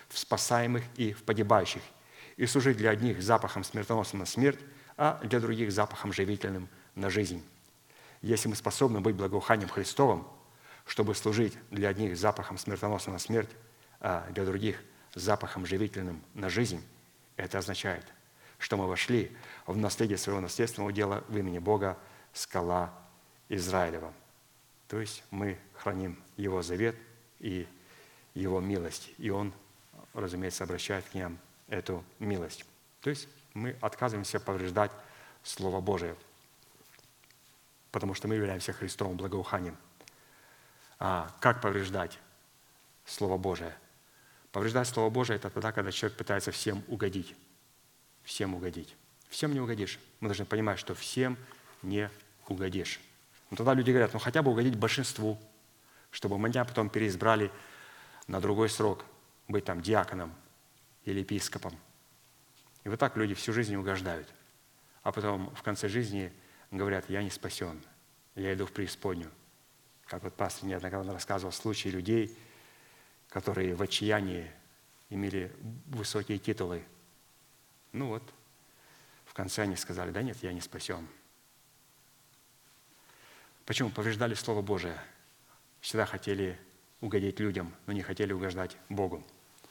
в спасаемых и в погибающих, и служить для одних запахом смертоносным на смерть, а для других запахом живительным на жизнь. Если мы способны быть благоуханием Христовым, чтобы служить для одних запахом смертоносным на смерть, а для других запахом живительным на жизнь, это означает, что мы вошли в наследие своего наследственного дела в имени Бога, скала Израилева. То есть мы храним Его завет и Его милость, и Он, разумеется, обращает к нам эту милость. То есть мы отказываемся повреждать Слово Божие, потому что мы являемся Христовым благоуханием. А как повреждать Слово Божие? Повреждать Слово Божие – это тогда, когда человек пытается всем угодить. Всем угодить. Всем не угодишь. Мы должны понимать, что всем не угодишь. Но тогда люди говорят, ну хотя бы угодить большинству, чтобы меня потом переизбрали на другой срок, быть там диаконом или епископом. И вот так люди всю жизнь угождают. А потом в конце жизни говорят, я не спасен, я иду в преисподнюю. Как вот пастор неоднократно рассказывал случаи людей, которые в отчаянии имели высокие титулы. Ну вот, в конце они сказали, да нет, я не спасен. Почему? Повреждали Слово Божие. Всегда хотели угодить людям, но не хотели угождать Богу.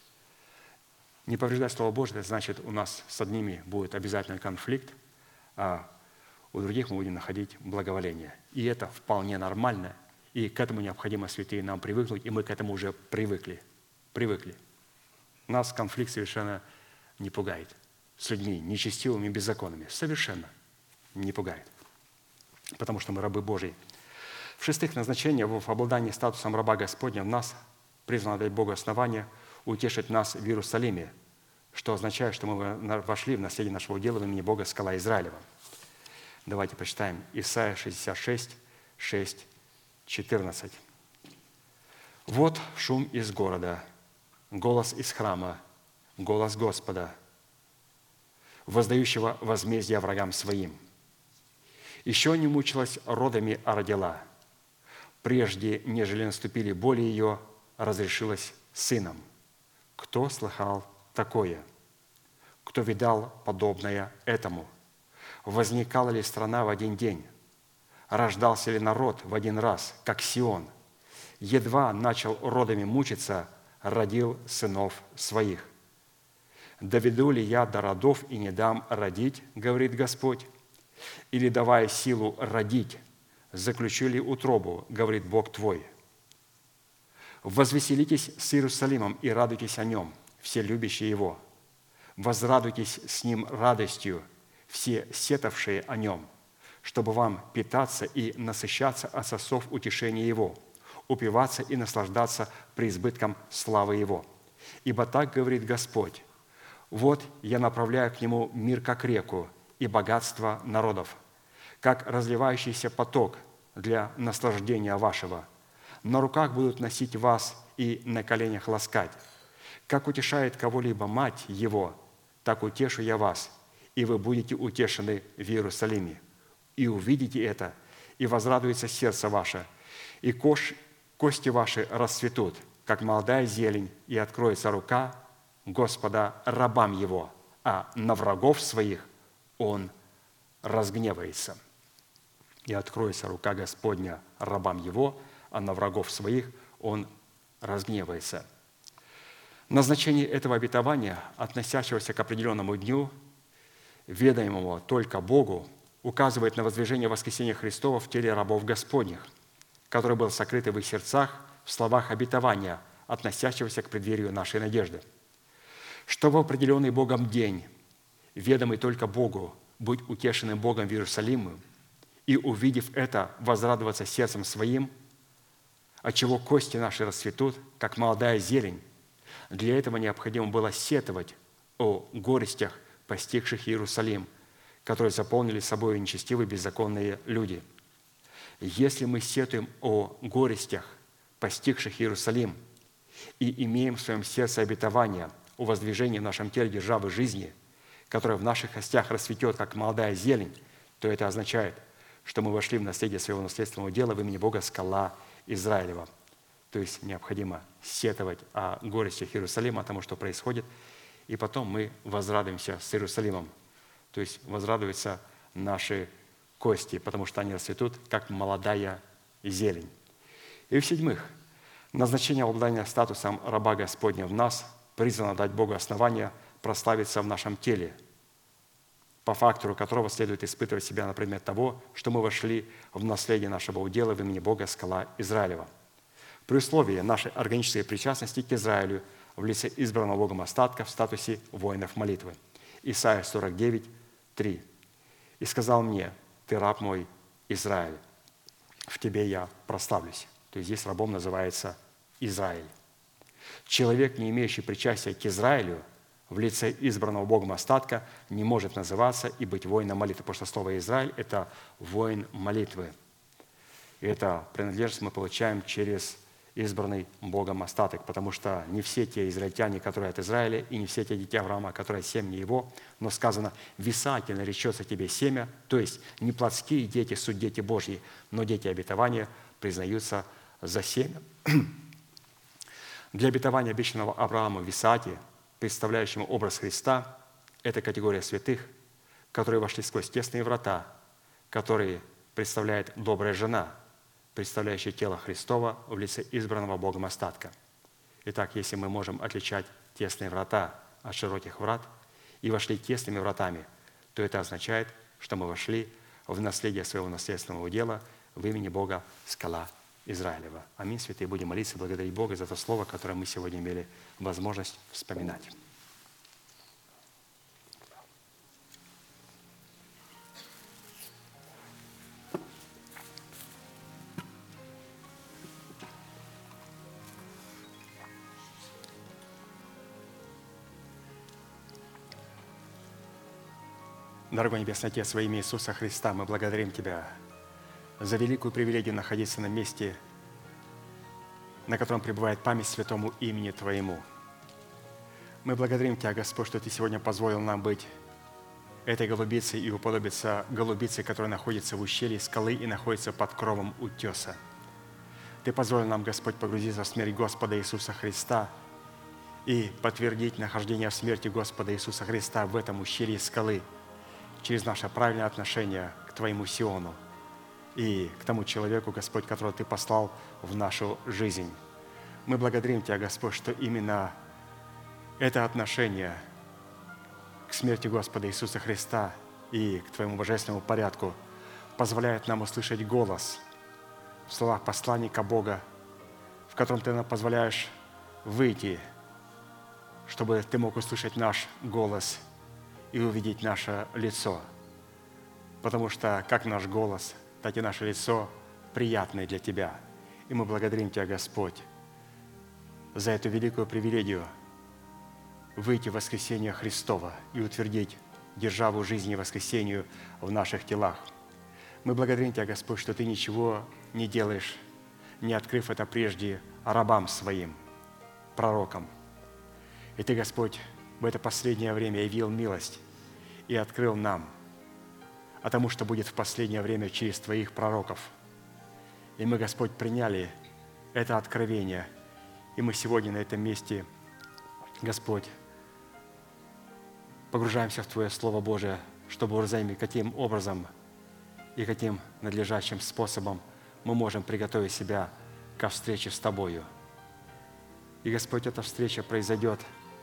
Не повреждать Слово Божие, это значит, у нас с одними будет обязательно конфликт, а у других мы будем находить благоволение. И это вполне нормально, и к этому необходимо, святые, нам привыкнуть, и мы к этому уже привыкли. Привыкли. Нас конфликт совершенно не пугает. С людьми нечестивыми, беззаконными. Совершенно не пугает. Потому что мы рабы Божьи. В-шестых, назначение в обладании статусом раба Господня в нас призвано дать Богу основание утешить нас в Иерусалиме, что означает, что мы вошли в наследие нашего удела в имени Бога, скала Израилева. Давайте почитаем Исайя шестьдесят шесть, шесть, четырнадцать. «Вот шум из города, голос из храма, голос Господа, воздающего возмездие врагам своим. Еще не мучилась родами, а родила. Прежде, нежели наступили боли ее, разрешилась сыном. Кто слыхал такое? Кто видал подобное этому? Возникала ли страна в один день? Рождался ли народ в один раз, как Сион? Едва начал родами мучиться, родил сынов своих. Доведу ли я до родов и не дам родить, говорит Господь? Или, давая силу родить, заключу ли утробу, говорит Бог твой? Возвеселитесь с Иерусалимом и радуйтесь о нем, все любящие его. Возрадуйтесь с ним радостью, все сетовавшие о нем, чтобы вам питаться и насыщаться от сосов утешения его, упиваться и наслаждаться преизбытком славы его. Ибо так говорит Господь: вот я направляю к нему мир, как реку, и богатство народов, как разливающийся поток для наслаждения вашего. На руках будут носить вас и на коленях ласкать. Как утешает кого-либо мать его, так утешу я вас, и вы будете утешены в Иерусалиме. И увидите это, и возрадуется сердце ваше, и кош, кости ваши расцветут, как молодая зелень, и откроется рука Господа рабам его, а на врагов своих он разгневается. И откроется рука Господня рабам его, а на врагов своих он разгневается. Назначение этого обетования, относящегося к определенному дню, ведаемому только Богу, указывает на воздвижение воскресения Христова в теле рабов Господних, который был сокрыт в их сердцах в словах обетования, относящегося к преддверию нашей надежды. Что в определенный Богом день, ведомый только Богу, быть утешенным Богом в Иерусалиме, и, увидев это, возрадоваться сердцем своим, отчего кости наши расцветут, как молодая зелень. Для этого необходимо было сетовать о горестях, постигших Иерусалим, которые заполнили собой нечестивые беззаконные люди. Если мы сетуем о горестях, постигших Иерусалим, и имеем в своем сердце обетование о воздвижении в нашем теле державы жизни, которая в наших костях расцветет, как молодая зелень, то это означает, что мы вошли в наследие своего наследственного дела в имени Бога, скала Израилева. То есть необходимо сетовать о горестях Иерусалима, о том, что происходит, и потом мы возрадуемся с Иерусалимом. То есть возрадуются наши кости, потому что они расцветут, как молодая зелень. И в-седьмых, назначение обладания статусом раба Господня в нас призвано дать Богу основания прославиться в нашем теле, по фактору которого следует испытывать себя на предмет того, что мы вошли в наследие нашего удела в имени Бога, скала Израилева. При условии нашей органической причастности к Израилю в лице избранного Богом остатка в статусе воинов молитвы. Исайя сорок девять, три. «И сказал мне, ты раб мой, Израиль, в тебе я прославлюсь». То есть здесь рабом называется Израиль. Человек, не имеющий причастия к Израилю, в лице избранного Богом остатка, не может называться и быть воином молитвы, потому что слово «Израиль» – это воин молитвы. И это принадлежность мы получаем через избранный Богом остаток, потому что не все те израильтяне, которые от Израиля, и не все те дети Авраама, которые семя его, но сказано, в Исааке наречется тебе семя, то есть не плотские дети, суть дети Божьи, но дети обетования признаются за семя. Для обетования обещанного Аврааму в Исааке, представляющему образ Христа, это категория святых, которые вошли сквозь тесные врата, которые представляет добрая жена, представляющая тело Христова в лице избранного Богом остатка. Итак, если мы можем отличать тесные врата от широких врат и вошли тесными вратами, то это означает, что мы вошли в наследие своего наследственного удела в имени Бога, скала Израилева. Аминь, святые, будем молиться, благодарить Бога за то слово, которое мы сегодня имели возможность вспоминать. Дорогой Небесный Отец, во имя Иисуса Христа мы благодарим Тебя за великую привилегию находиться на месте, на котором пребывает память святому имени Твоему. Мы благодарим Тебя, Господь, что Ты сегодня позволил нам быть этой голубицей и уподобиться голубице, которая находится в ущелье скалы и находится под кровом утеса. Ты позволил нам, Господь, погрузиться в смерть Господа Иисуса Христа и подтвердить нахождение в смерти Господа Иисуса Христа в этом ущелье скалы через наше правильное отношение к Твоему Сиону и к тому человеку, Господь, которого Ты послал в нашу жизнь. Мы благодарим Тебя, Господь, что именно это отношение к смерти Господа Иисуса Христа и к Твоему божественному порядку позволяет нам услышать голос в словах посланника Бога, в котором Ты нам позволяешь выйти, чтобы Ты мог услышать наш голос и увидеть наше лицо. Потому что как наш голос, так и наше лицо приятны для Тебя. И мы благодарим Тебя, Господь, за эту великую привилегию выйти в воскресение Христова и утвердить державу жизни и воскресению в наших телах. Мы благодарим Тебя, Господь, что Ты ничего не делаешь, не открыв это прежде рабам Своим, пророкам. И Ты, Господь, в это последнее время явил милость и открыл нам о тому, что будет в последнее время через Твоих пророков. И мы, Господь, приняли это откровение, и мы сегодня на этом месте, Господь, погружаемся в Твое Слово Божие, чтобы уразуметь, каким образом и каким надлежащим способом мы можем приготовить себя ко встрече с Тобою. И, Господь, эта встреча произойдет,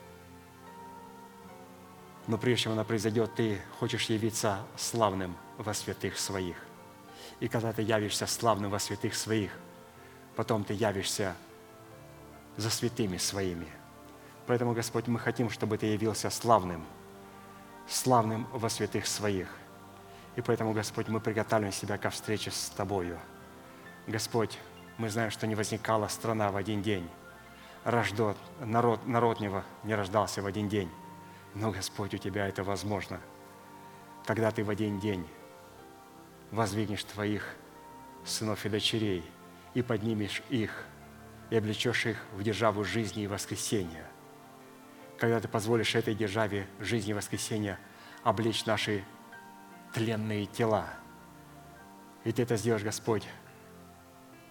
но прежде чем она произойдет, Ты хочешь явиться славным во святых Своих. И когда Ты явишься славным во святых Своих, потом Ты явишься за святыми Своими. Поэтому, Господь, мы хотим, чтобы Ты явился славным, славным во святых Своих. И поэтому, Господь, мы приготавливаем себя ко встрече с Тобою. Господь, мы знаем, что не возникала страна в один день. Рождот, народ, народ не, не рождался в один день. Но, Господь, у Тебя это возможно, когда Ты в один день воздвигнешь Твоих сынов и дочерей и поднимешь их, и облечешь их в державу жизни и воскресения. Когда Ты позволишь этой державе жизни и воскресения облечь наши тленные тела. И Ты это сделаешь, Господь,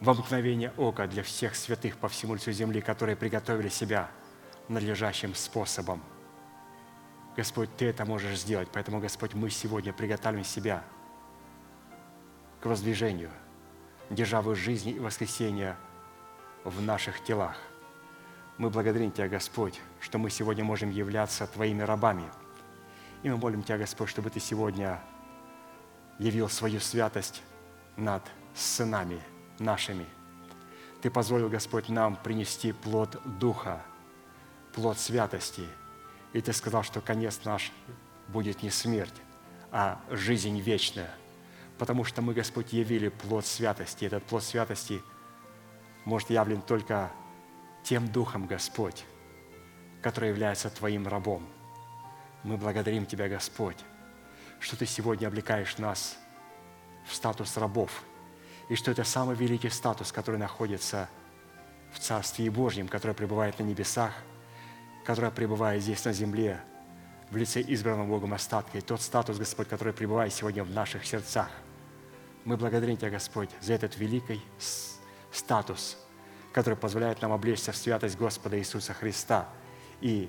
во мгновение ока для всех святых по всему лицу земли, которые приготовили себя надлежащим способом. Господь, Ты это можешь сделать, поэтому, Господь, мы сегодня приготовим себя к воздвижению, державы жизни и воскресения в наших телах. Мы благодарим Тебя, Господь, что мы сегодня можем являться Твоими рабами. И мы молим Тебя, Господь, чтобы Ты сегодня явил свою святость над сынами нашими. Ты позволил, Господь, нам принести плод Духа, плод святости. И Ты сказал, что конец наш будет не смерть, а жизнь вечная. Потому что мы, Господь, явили плод святости. Этот плод святости может явлен только тем Духом, Господь, который является Твоим рабом. Мы благодарим Тебя, Господь, что Ты сегодня облекаешь нас в статус рабов, и что это самый великий статус, который находится в Царстве Божьем, который пребывает на небесах, который пребывает здесь на земле в лице избранного Богом остатка, и тот статус, Господь, который пребывает сегодня в наших сердцах. Мы благодарим Тебя, Господь, за этот великий статус, который позволяет нам облечься в святость Господа Иисуса Христа и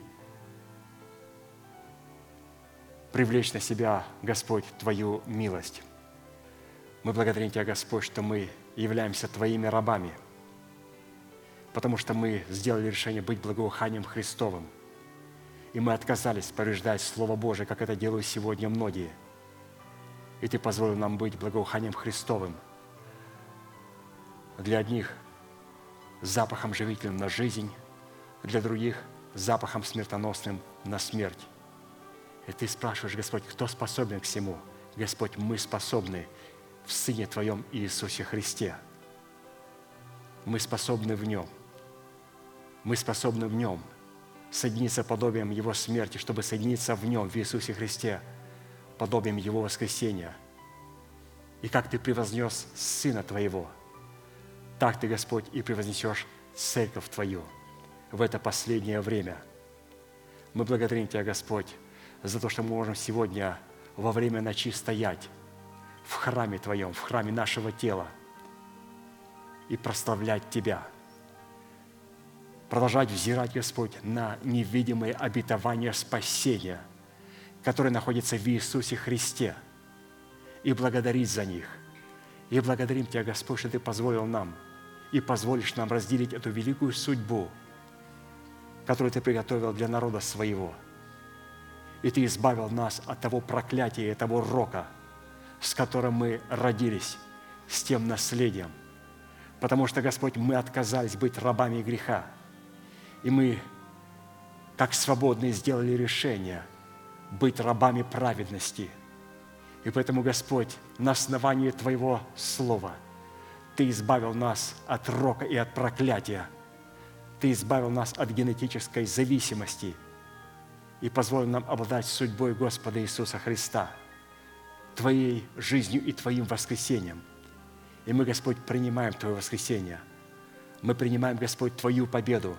привлечь на себя, Господь, Твою милость. Мы благодарим Тебя, Господь, что мы являемся Твоими рабами, потому что мы сделали решение быть благоуханием Христовым, и мы отказались повреждать Слово Божие, как это делают сегодня многие. И Ты позволил нам быть благоуханием Христовым. Для одних запахом живительным на жизнь, для других запахом смертоносным на смерть. И Ты спрашиваешь, Господь, кто способен к всему? Господь, мы способны в Сыне Твоем Иисусе Христе. Мы способны в Нем. Мы способны в Нем соединиться подобием Его смерти, чтобы соединиться в Нем, в Иисусе Христе, подобием Его воскресения. И как Ты превознес Сына Твоего, так Ты, Господь, и превознесешь Церковь Твою в это последнее время. Мы благодарим Тебя, Господь, за то, что мы можем сегодня во время ночи стоять в храме Твоем, в храме нашего тела и прославлять Тебя, продолжать взирать, Господь, на невидимые обетования спасения, которые находятся в Иисусе Христе, и благодарить за них. И благодарим Тебя, Господь, что Ты позволил нам и позволишь нам разделить эту великую судьбу, которую Ты приготовил для народа Своего. И Ты избавил нас от того проклятия и того рока, с которым мы родились, с тем наследием. Потому что, Господь, мы отказались быть рабами греха. И мы, как свободные, сделали решение быть рабами праведности. И поэтому, Господь, на основании Твоего Слова Ты избавил нас от рока и от проклятия. Ты избавил нас от генетической зависимости и позволил нам обладать судьбой Господа Иисуса Христа, Твоей жизнью и Твоим воскресением. И мы, Господь, принимаем Твое воскресение. Мы принимаем, Господь, Твою победу.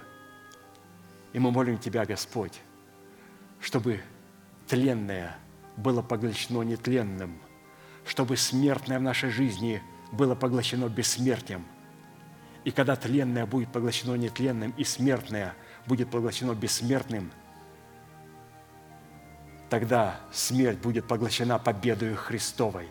И мы молим Тебя, Господь, чтобы тленное было поглощено нетленным, чтобы смертное в нашей жизни было поглощено бессмертием. И когда тленное будет поглощено нетленным, и смертное будет поглощено бессмертным, тогда смерть будет поглощена победою Христовой.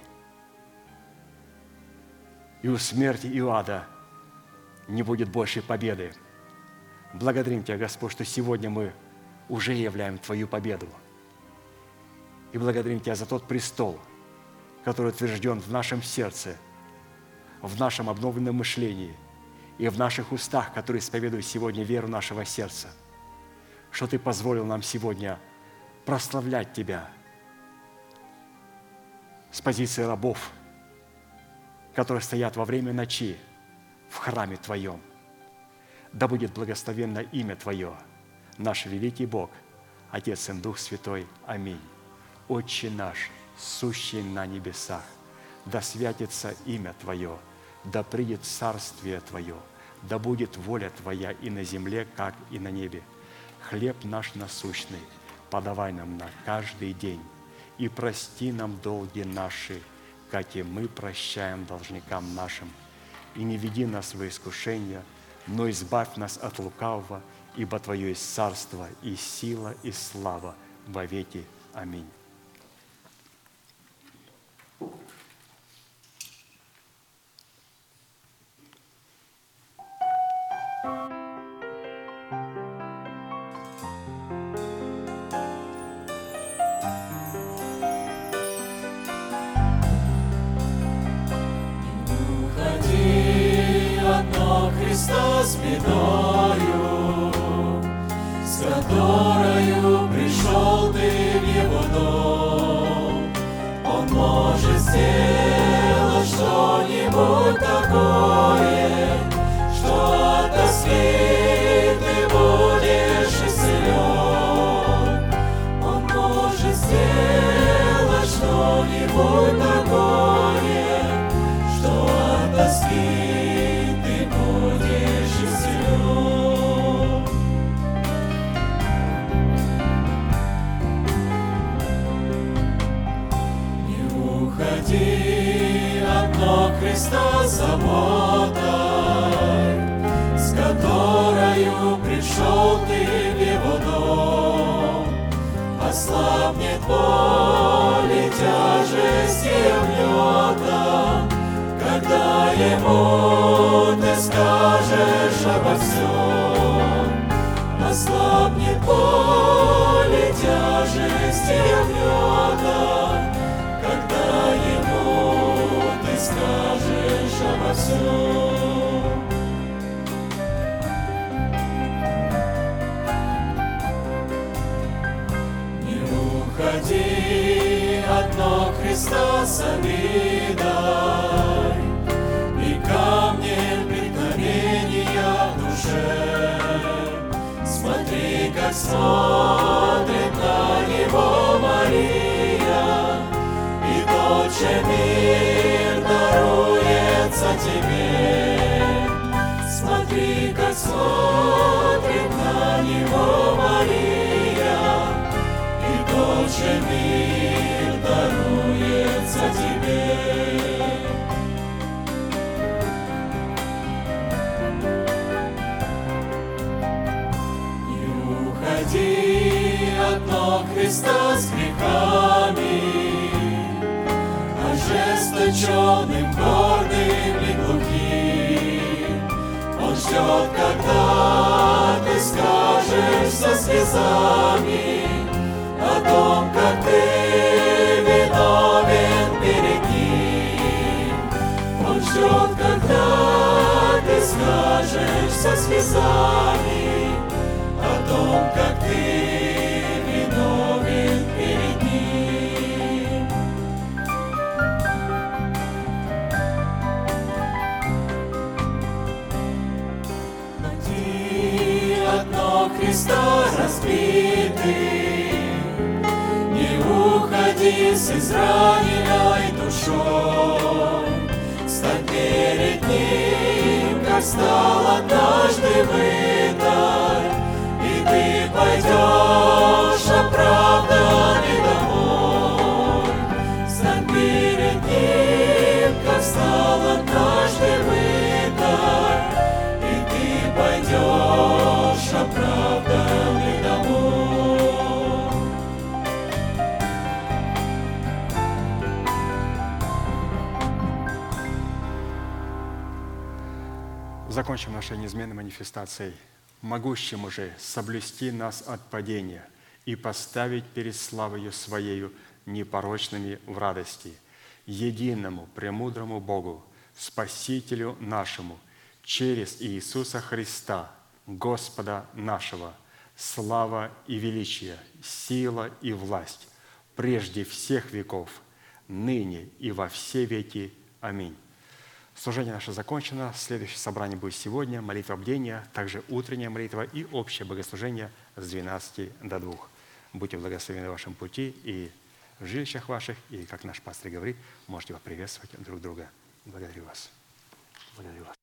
И у смерти и у ада не будет большей победы. Благодарим Тебя, Господь, что сегодня мы уже являем Твою победу. И благодарим Тебя за тот престол, который утвержден в нашем сердце, в нашем обновленном мышлении и в наших устах, которые исповедуют сегодня веру нашего сердца, что Ты позволил нам сегодня прославлять Тебя с позиции рабов, которые стоят во время ночи в храме Твоем. Да будет благословенно имя Твое, наш великий Бог, Отец и Дух Святой. Аминь. Отче наш, сущий на небесах, да святится имя Твое, да придет царствие Твое, да будет воля Твоя и на земле, как и на небе. Хлеб наш насущный подавай нам на каждый день, и прости нам долги наши, как и мы прощаем должникам нашим. и не веди нас во искушение, но избавь нас от лукавого, ибо Твое есть царство, и сила, и слава во веки. Аминь. Уходи от ног Христа с бедою, с которою пришел ты в Его дом. Он может сделать что-нибудь такое, что от тоски ты будешь исцелен. Он может сделать что-нибудь такое, что от тоски ты будешь исцелен. Не уходи от ног Христа с заботой, с которою пришел ты в Его дом. Ослабнет боль и тяжесть гнета, когда Ему ты скажешь обо всем. Ослабнет боль и тяжесть гнета, когда Ему ты скажешь обо всем. Не уходи от ног Христа с обидой и камнем преткновения в душе. Смотри, как смотрит на Него Мария, и тотчас мир даруется тебе. Смотри, как смотрит на Него Мария, и тотчас мир даруется тебе. Уходи от ног Христа с грехами, ожесточенным, гордым и глухим. Он ждет, когда ты скажешь со слезами о том, как ты виновен перед Ним. Он ждет, когда ты скажешь со слезами о том, как ты виновен перед Ним. Уходи от ног Христа разбитый, не уходи с израненной душой. Стань перед Ним, как стал однажды мытой, и ты пойдешь оправданный домой. Стань перед Ним, как стал однажды мытой, и ты пойдешь оправданный домой. Закончим нашей неизменной манифестацией. Могущему же соблюсти нас от падения и поставить перед славою Своею непорочными в радости, единому премудрому Богу, Спасителю нашему, через Иисуса Христа, Господа нашего, слава и величие, сила и власть, прежде всех веков, ныне и во все веки. Аминь. Служение наше закончено. Следующее собрание будет сегодня. Молитва бдения, также утренняя молитва и общее богослужение с двенадцати до двух. Будьте благословены в вашем пути и в жилищах ваших. И, как наш пастор говорит, можете поприветствовать друг друга. Благодарю вас. Благодарю вас.